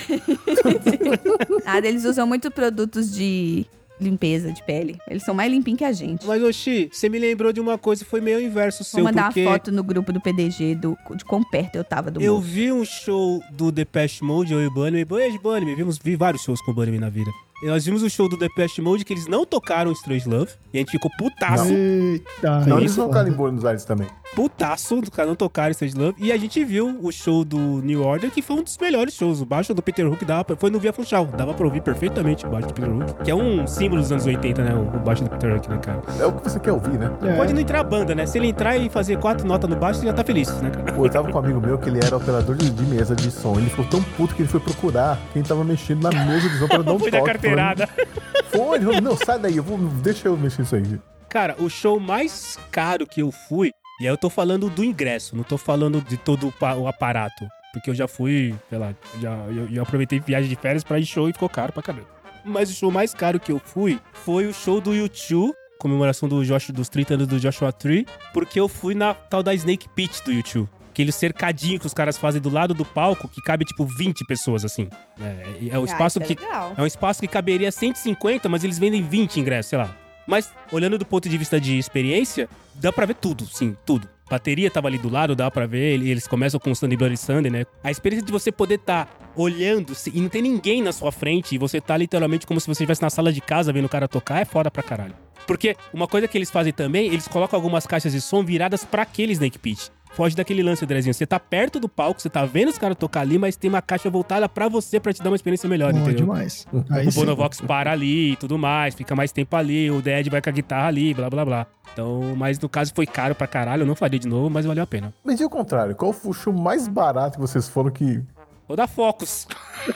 Eles usam muito produtos de limpeza de pele. Eles são mais limpinhos que a gente. Mas, Oxi, você me lembrou de uma coisa, foi meio inverso Vou seu, mandar porque uma foto no grupo do PDG de quão perto eu tava do eu moço. vi um show do Depeche Mode, eu e o Bunny. Beijo, Bunny. Vi vários shows com o Bunny na vida. E nós vimos o show do Depeche Mode, que eles não tocaram Strange Love. E a gente ficou putaço. Eita. Não, aí eles foda. tocaram em Buenos Aires também. Putaço do cara não tocaram Strange Love. E a gente viu o show do New Order, que foi um dos melhores shows. O baixo do Peter Hook foi no Via Funchal. Dava pra ouvir perfeitamente o baixo do Peter Hook. Que é um símbolo dos anos 80, né? O baixo do Peter Hook, né, cara? É o que você quer ouvir, né? É. Pode não entrar a banda, né? Se ele entrar e fazer 4 notas no baixo, você já tá feliz, né, cara? Pô, eu tava com um amigo meu que ele era operador de mesa de som. Ele ficou tão puto que ele foi procurar quem tava mexendo na mesa de som pra dar um Foi toque. da carteirada. Foi, ele falou, não, sai daí, deixa eu mexer nisso aí. Cara, o show mais caro que eu fui, e aí eu tô falando do ingresso, não tô falando de todo o aparato. Porque eu já fui, sei lá, eu aproveitei viagem de férias pra ir show e ficou caro pra caramba. Mas o show mais caro que eu fui foi o show do U2, comemoração dos 30 anos do Joshua Tree, porque eu fui na tal da Snake Pit do U2. Aquele cercadinho que os caras fazem do lado do palco, que cabe tipo 20 pessoas, assim. É um espaço que... Legal. É um espaço que caberia 150, mas eles vendem 20 ingressos, sei lá. Mas, olhando do ponto de vista de experiência, dá pra ver tudo, sim, tudo. A bateria tava ali do lado, dá pra ver, eles começam com o Sunday Bloody Sunday, né? A experiência de você poder tá olhando e não tem ninguém na sua frente, e você tá literalmente como se você estivesse na sala de casa vendo o cara tocar, é foda pra caralho. Porque uma coisa que eles fazem também, eles colocam algumas caixas de som viradas pra aquele Snake Pit. foge daquele lance, Andrezinho. Você tá perto do palco, você tá vendo os caras tocar ali, mas tem uma caixa voltada pra você, pra te dar uma experiência melhor, Ó, entendeu? demais. Aí O sim. Bonovox para ali e tudo mais, fica mais tempo ali, o Dead vai com a guitarra ali, blá blá blá. Então, mas no caso foi caro pra caralho, eu não faria de novo, mas valeu a pena. Mas e o contrário? Qual foi o show mais barato que vocês foram que... O da Focus.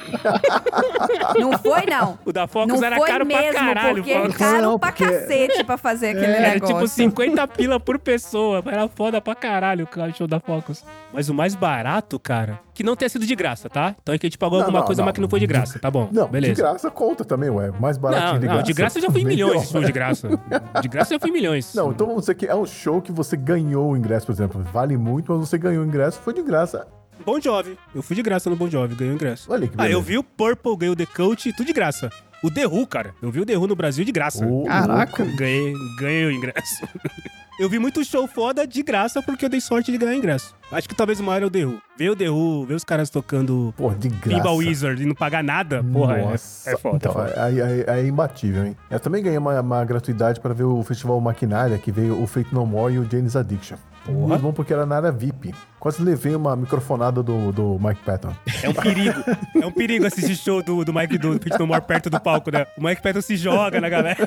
Não foi, não. O da Focus Não era foi caro mesmo, pra caralho. porque Focus. caro Não, pra porque- cacete pra fazer aquele Era negócio. tipo 50 pila por pessoa. Era foda pra caralho o show da Focus. Mas o mais barato, cara, que não tenha sido de graça, tá? Então é que a gente pagou Não, alguma não, coisa, não. mas que não foi de graça, tá bom? Não, beleza. de graça conta também, ué. Mais baratinho Não, de graça. de graça eu já fui em milhões Melhor. esse show de graça. De graça eu já fui em milhões. Não, então vamos dizer que é um show que você ganhou o ingresso, por exemplo. Vale muito, mas você ganhou o ingresso, foi de graça. Bon Jovi. Eu fui de graça no Bon Jovi, ganhei o ingresso. Olha que Ah, beleza. eu vi o Purple, ganhei o The Cult, tudo de graça. O The Who, cara. Eu vi o The Who no Brasil de graça. Caraca. Ganhei o ingresso. Eu vi muito show foda de graça porque eu dei sorte de ganhar ingresso. Acho que talvez o maior é o The Who. Ver o The Who, ver os caras tocando Pô, de graça. Pinball Wizard e não pagar nada, porra, Nossa. é foda. Então, é foda. aí é imbatível, hein? Eu também ganhei uma gratuidade para ver o Festival Maquinária, que veio o Fate No More e o Jane's Addiction. Muito bom porque era na área VIP. Quase levei uma microfonada do Mike Patton. É um perigo. É um perigo assistir show do Mike do Pete No More perto do palco, né? O Mike Patton se joga na galera.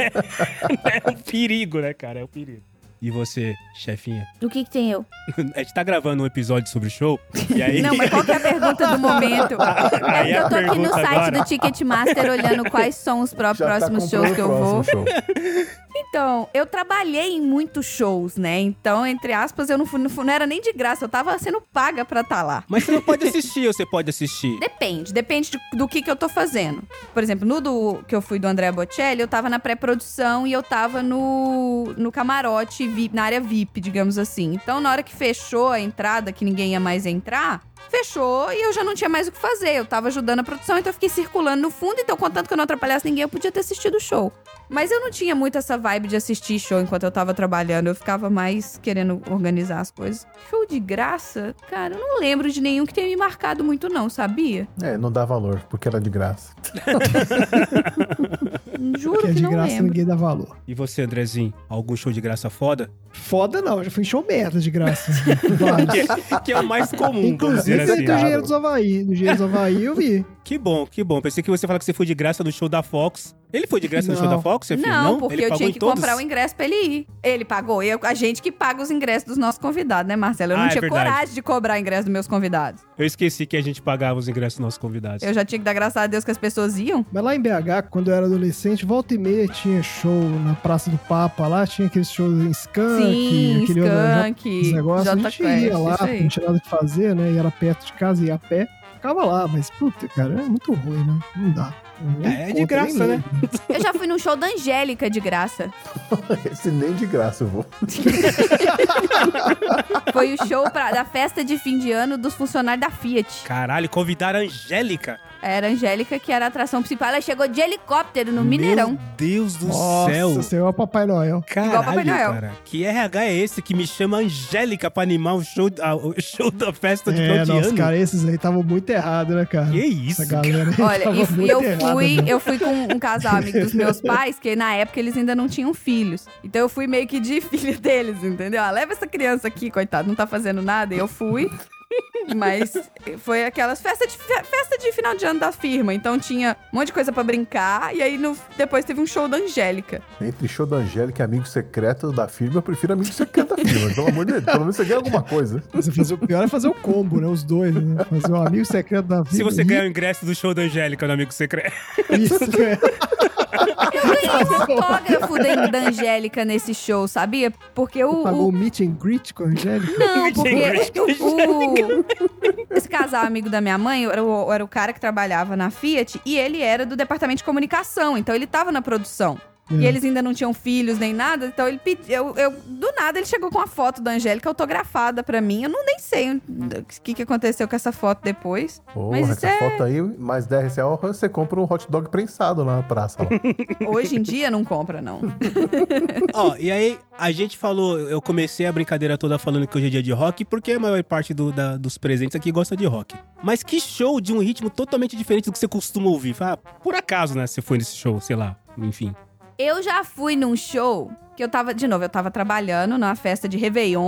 É um perigo, né, cara? É um perigo. E você, chefinha? Do que tem eu? A gente tá gravando um episódio sobre show, e aí... Não, mas qual que é a pergunta do momento? É Aí porque a eu tô aqui no pergunta site agora- do Ticketmaster olhando quais são os Já tá próximos shows comprando que eu o vou. próximo show. Então, eu trabalhei em muitos shows, né? Então, entre aspas, eu não era nem de graça, eu tava sendo paga pra estar lá. Mas você não pode assistir ou você pode assistir? Depende do que eu tô fazendo. Por exemplo, no que eu fui do Andrea Bocelli, eu tava na pré-produção e eu tava no camarote VIP, na área VIP, digamos assim. Então, na hora que fechou a entrada, que ninguém ia mais entrar, fechou e eu já não tinha mais o que fazer. Eu tava ajudando a produção, então eu fiquei circulando no fundo. Então, contanto que eu não atrapalhasse ninguém, eu podia ter assistido o show. Mas eu não tinha muito essa vibe de assistir show enquanto eu tava trabalhando. Eu ficava mais querendo organizar as coisas. Show de graça? Cara, eu não lembro de nenhum que tenha me marcado muito não, sabia? É, não dá valor, porque era de graça. Juro Que é que de não graça, lembro. ninguém dá valor. E você, Andrezinho? Algum show de graça foda? Foda não, já fui em show merda de graça. Vários. Que é o mais comum, vamos Inclusive, dizer assim. do Engenheiro dos Havaí. Do Engenheiro dos Havaí eu vi. Que bom, que bom. Pensei que você ia falar que você foi de graça no show da Fox. Ele foi de graça no show Não. da Fox, você filho? Não, porque Ele eu pagou tinha em que todos? comprar o ingresso pra ele ir. Ele pagou. A gente que paga os ingressos dos nossos convidados, né, Marcelo? Eu não Ah, é tinha verdade. coragem de cobrar ingresso dos meus convidados. Eu esqueci que a gente pagava os ingressos dos nossos convidados. Eu já tinha que dar graças a Deus que as pessoas iam. Mas lá em BH, quando eu era adolescente, volta e meia tinha show na Praça do Papa lá, tinha aqueles shows em Skank, Sim, aquele outro Skunk, negócios. A gente Jota ia lá, Quest, isso aí. não tinha nada o que fazer, né? E era perto de casa, ia a pé. Ficava lá, mas puta, cara, é muito ruim, né? Não dá. Nem É de conta, graça, nem né? lembro. Eu já fui num show da Angélica de graça. Esse nem de graça eu vou. Foi o show da festa de fim de ano dos funcionários da Fiat. Caralho, convidaram a Angélica. Era a Angélica que era a atração principal. Ela chegou de helicóptero no Mineirão. Meu Deus do Nossa, céu. você é o Papai Noel. Igual Papai Caralho, Noel. cara. Que RH é esse que me chama Angélica pra animar o show da festa de É, final de nossa, ano? cara, esses aí estavam muito errados, né, cara? Que isso, Essa galera aí Olha, tava e muito eu errada, fui, né? eu fui com um casal amigo dos meus pais, que na época eles ainda não tinham filhos. Então eu fui meio que de filha deles, entendeu? Ah, leva essa criança aqui, coitado, não tá fazendo nada. E eu fui. Mas foi aquelas festa de final de ano da firma. Então tinha um monte de coisa pra brincar. E aí depois teve um show da Angélica. Entre show da Angélica e amigo secreto da firma, eu prefiro amigo secreto da firma. Pelo amor de Deus, pelo menos você ganha alguma coisa. O pior é fazer o combo, né? Os dois, né? Fazer um amigo secreto da vida. Se você ganhar o ingresso do show da Angélica no Amigo Secreto. Isso, é. Eu ganhei um autógrafo da Angélica nesse show, sabia? Porque Pagou o meet and greet com a Angélica? Não, Meet and greet porque esse casal amigo da minha mãe era o cara que trabalhava na Fiat e ele era do departamento de comunicação, então ele tava na produção. E eles ainda não tinham filhos nem nada, então ele pediu. Do nada ele chegou com a foto da Angélica autografada pra mim. Eu nem sei o que aconteceu com essa foto depois. Porra, Mas essa isso foto aí, mais 10 reais, você compra um hot dog prensado lá na praça. Lá. Hoje em dia não compra, não. Ó, e aí a gente falou, eu comecei a brincadeira toda falando que hoje é dia de rock, porque a maior parte dos presentes aqui gosta de rock. Mas que show de um ritmo totalmente diferente do que você costuma ouvir. Ah, por acaso, né, você foi nesse show, sei lá, enfim. Eu já fui num show que eu tava trabalhando numa festa de Réveillon.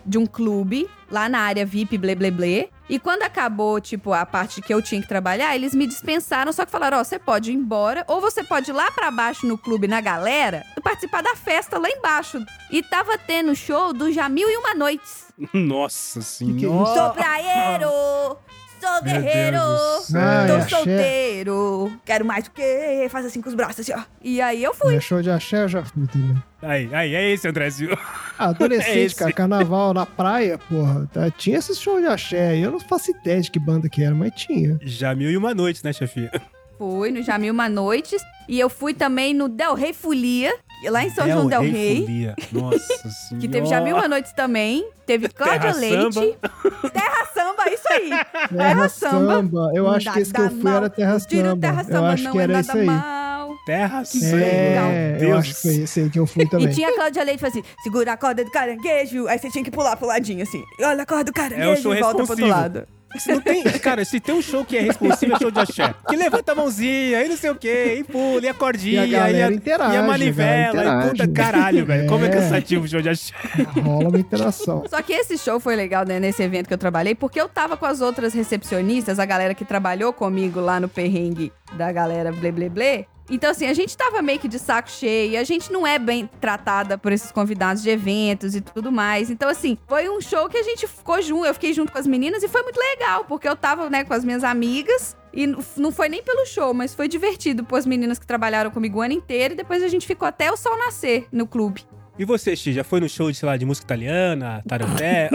de um clube lá na área VIP, blé, blé, blé. E quando acabou, tipo, a parte que eu tinha que trabalhar, eles me dispensaram, só que falaram, ó, você pode ir embora, ou você pode ir lá pra baixo no clube, na galera, e participar da festa lá embaixo. E tava tendo show do Jamil e Uma Noites. Nossa que é senhora. isso? Sou praieiro, sou guerreiro, Deus do céu. Ai, tô axé. solteiro, quero mais do que, faz assim com os braços, assim, ó. E aí eu fui. Meu show de axé eu já fui também. Aí, é esse, Andrezinho. Ah, É adolescente, esse. cara, carnaval na praia, porra. Tinha esses shows de axé aí. Eu não faço ideia de que banda que era, mas tinha. Já 1001 noites, né, chefia? Fui no Jamil Uma Noites. E eu fui também no Del Rey Folia, lá em São João Del Rey. Folia. Nossa senhora. Que teve Jamil Uma Noites também. Teve Cláudia Terra Leite. Samba. Terra Samba, isso aí. Terra Samba. Eu acho que esse que eu fui era Terra Tiro Samba. Terra Eu Samba acho não que é era nada isso aí. mal. Terra Samba. É, Meu eu Deus. acho que foi esse aí que eu fui também. E tinha a Cláudia Leite, assim, segura a corda do caranguejo. Aí você tinha que pular pro ladinho, assim. E olha a corda do caranguejo show e volta pro outro responsivo. lado. Se não tem, cara, se tem um show que é responsivo, é show de axé. Que levanta a mãozinha, aí não sei o quê, e pula, e a cordinha, E a galera interage, e a a manivela, galera e puta interage. caralho, velho. Como é É. cansativo o show de axé. Rola uma interação. Só que esse show foi legal, né, nesse evento que eu trabalhei, porque eu tava com as outras recepcionistas, a galera que trabalhou comigo lá no perrengue da galera blé blé blé. Então, assim, a gente tava meio que de saco cheio, a gente não é bem tratada por esses convidados de eventos e tudo mais. Então, assim, foi um show que a gente ficou junto, eu fiquei junto com as meninas e foi muito legal, porque eu tava, né, com as minhas amigas e não foi nem pelo show, mas foi divertido pôr as meninas que trabalharam comigo o ano inteiro e depois a gente ficou até o sol nascer no clube. E você, X, já foi no show de, sei lá, de música italiana, taranté,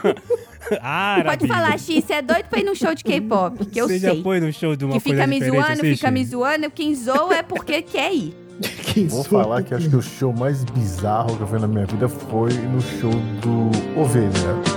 árabe? Pode falar, X, você é doido pra ir num show de K-pop, que eu Você sei. já foi no show de uma Que coisa fica me diferente zoando, assim, fica me X? zoando. Quem zoa é porque quer ir. Quem Vou sou falar eu? que acho que o show mais bizarro que eu fui na minha vida foi no show do Ovelha.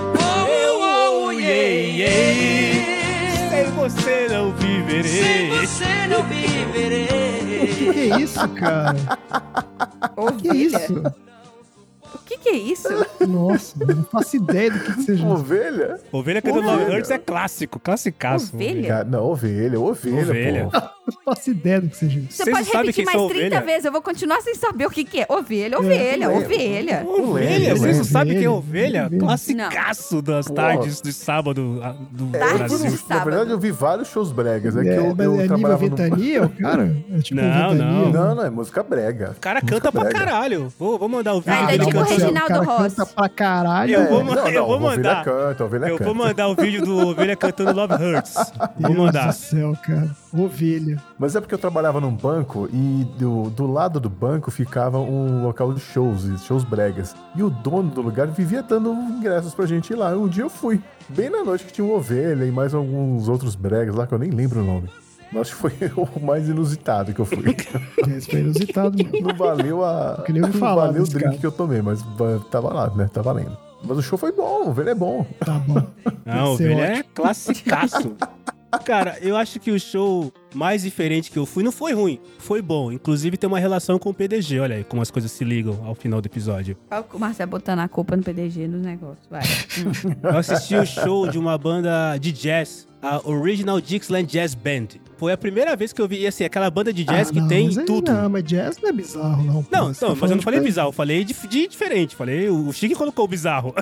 Oh, yeah, yeah. Sem você não viverei. Você não viverei. Que é isso, cara? Que é isso? O que é isso? Nossa, eu não faço ideia do que seja isso. Ovelha? Ovelha cantando Ovelha. Love Hurts é clássico, classicaço. Ovelha? Cara, não, ovelha, Ovelha. pô. Eu não faço ideia do que seja isso. Você Vocês pode sabem repetir quem mais são 30 ovelha? vezes, eu vou continuar sem saber o que é. Ovelha, ovelha, lembro. ovelha. Ovelha? Vocês não sabem quem é ovelha? Ovelha. Classicaço das Pô. tardes de sábado do Tardes Brasil. de Na sábado. verdade, eu vi vários shows bregas. É que É, eu, mas é nível trabalhava no... ventania, o cara? É tipo Não, ventania. não. Não, é música brega. O cara Música canta pra brega. caralho. Vou mandar o vídeo Ah, então é dele tipo o cantando. Reginaldo o cara Rossi. canta pra caralho. Eu vou É, mandar- eu vou Ovelha mandar. canta, ovelha Eu canta. vou mandar o vídeo do Ovelha cantando Love Hurts. Vou Deus mandar. do céu, cara. Ovelha. Mas é porque eu trabalhava num banco e do lado do banco ficava um local de shows, e shows bregas. E o dono do lugar vivia dando ingressos pra gente ir lá. Um dia eu fui, bem na noite que tinha uma ovelha e mais alguns outros bregas lá que eu nem lembro o nome. Mas acho que foi o mais inusitado que eu fui. Esse foi inusitado mesmo. Não valeu a. queria ouvir Não falar valeu o desse drink cara. que eu tomei, mas tava lá, né? Tá valendo. Mas o show foi bom, o ovelha é bom. Tá bom. Não, Ser Ovelha é ótimo. classicaço. Cara, eu acho que o show mais diferente que eu fui não foi ruim, foi bom. Inclusive tem uma relação com o PDG, olha aí como as coisas se ligam ao final do episódio. Olha o Marcelo botando a culpa no PDG no negócio, vai. Eu assisti o show de uma banda de jazz, a Original Dixieland Jazz Band. Foi a primeira vez que eu vi, e assim, aquela banda de jazz que não, tem mas aí tudo. Não, mas jazz não é bizarro, não. pô. Não, Você tá mas eu falando não falei de- bizarro, eu falei de diferente. Falei, o Chique colocou o bizarro.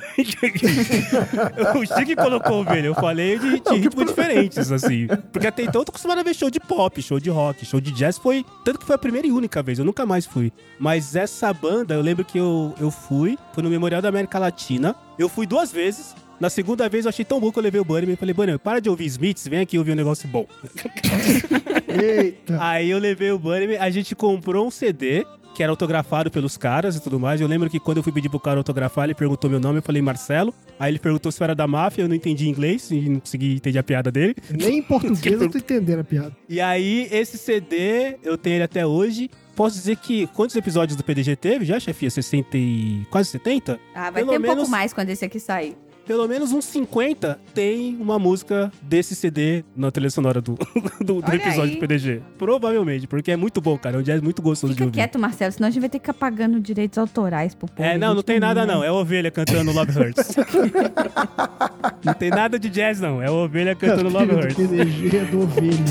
O Chique colocou ovelha, eu falei de ritmos diferentes, assim. Porque até então eu tô acostumado a ver show de pop, show de rock, show de jazz foi... Tanto que foi a primeira e única vez, eu nunca mais fui. Mas essa banda, eu lembro que eu fui no Memorial da América Latina, eu fui 2 vezes. Na segunda vez eu achei tão bom que eu levei o Bunny e falei, Bunny, para de ouvir Smiths, vem aqui ouvir um negócio bom. Eita. Aí eu levei o Bunny, a gente comprou um CD que era autografado pelos caras e tudo mais. Eu lembro que quando eu fui pedir pro cara autografar, ele perguntou meu nome, eu falei Marcelo. Aí ele perguntou se eu era da máfia, eu não entendi inglês e não consegui entender a piada dele. Nem em português eu tô entendendo a piada. E aí, esse CD, eu tenho ele até hoje. Posso dizer que quantos episódios do PDG teve já, chefia? 60 e... quase 70? Ah, vai Pelo ter um pouco menos- mais quando esse aqui sair. Pelo menos uns 50 tem uma música desse CD na trilha sonora do Olha episódio aí. do PDG. Provavelmente, porque é muito bom, cara. É um jazz muito gostoso de Fica ouvir. quieto, Marcelo, senão a gente vai ter que ficar pagando direitos autorais pro povo. É, não, não tem nada não. É... É ovelha cantando Love Hurts. Não tem nada de jazz não. É ovelha cantando Love Filho do Hurts. PDG é do ovelha.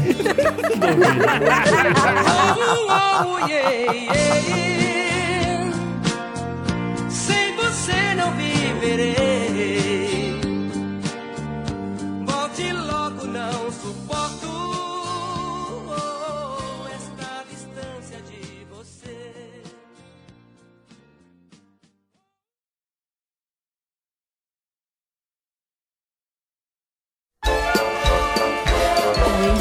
Oh, yeah, yeah. Sem você não viverei.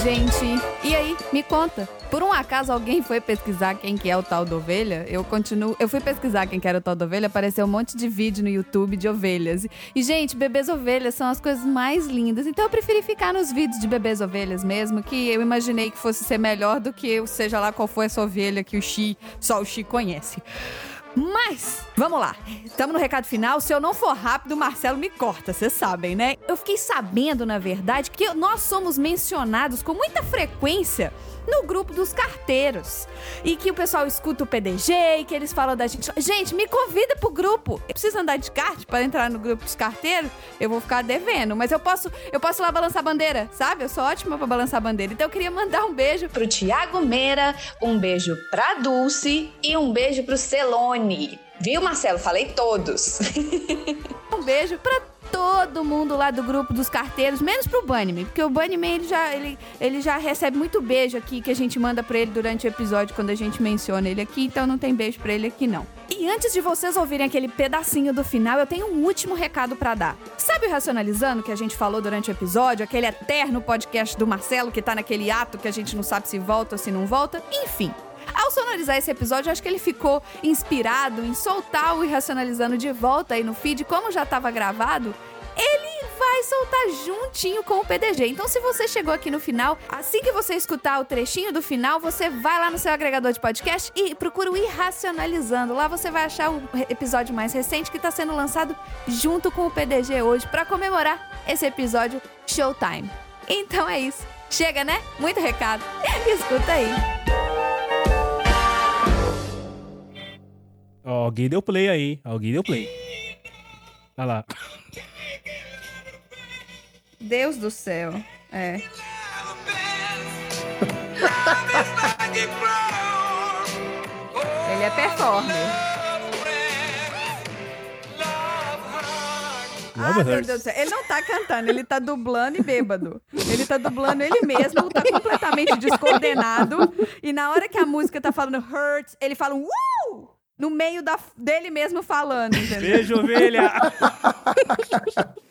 gente, e aí, me conta. Por um acaso alguém foi pesquisar quem que é o tal da ovelha? Eu fui pesquisar quem que era o tal da ovelha, apareceu um monte de vídeo no YouTube de ovelhas. E, gente, bebês ovelhas são as coisas mais lindas. Então eu preferi ficar nos vídeos de bebês ovelhas mesmo, que eu imaginei que fosse ser melhor do que seja lá qual for essa ovelha que só o Xi conhece. Mas, vamos lá. Estamos no recado final. Se eu não for rápido, o Marcelo me corta, vocês sabem, né? Eu fiquei sabendo, na verdade, que nós somos mencionados com muita frequência no grupo dos carteiros. E que o pessoal escuta o PDG e que eles falam da gente. Gente, me convida pro grupo. Eu preciso andar de kart para entrar no grupo dos carteiros. Eu vou ficar devendo. Mas eu posso ir lá balançar a bandeira, sabe? Eu sou ótima pra balançar a bandeira. Então eu queria mandar um beijo Pro Tiago Meira, um beijo pra Dulce e um beijo pro Celone. Viu, Marcelo? Falei todos. Um beijo pra todo mundo lá do grupo dos carteiros, menos pro Bunnyman, porque o Bunnyman ele já recebe muito beijo aqui que a gente manda pra ele durante o episódio quando a gente menciona ele aqui, então não tem beijo pra ele aqui não. E antes de vocês ouvirem aquele pedacinho do final, eu tenho um último recado pra dar. Sabe o Racionalizando que a gente falou durante o episódio, aquele eterno podcast do Marcelo que tá naquele ato que a gente não sabe se volta ou se não volta? Enfim. Ao sonorizar esse episódio, eu acho que ele ficou inspirado em soltar o Irracionalizando de volta aí no feed. Como já estava gravado, ele vai soltar juntinho com o PDG. Então, se você chegou aqui no final, assim que você escutar o trechinho do final, você vai lá no seu agregador de podcast e procura o Irracionalizando. Lá você vai achar o episódio mais recente que está sendo lançado junto com o PDG hoje para comemorar esse episódio Showtime. Então é isso. Chega, né? Muito recado. Escuta aí. Alguém deu play aí. Alguém deu play. Olha lá. Deus do céu. É. Ele é performer. Meu Deus do céu. Ele não tá cantando, ele tá dublando e bêbado. Ele tá dublando ele mesmo, tá completamente descoordenado. E na hora que a música tá falando hurts, ele fala um no meio dele mesmo falando, entendeu? Beijo, ovelha!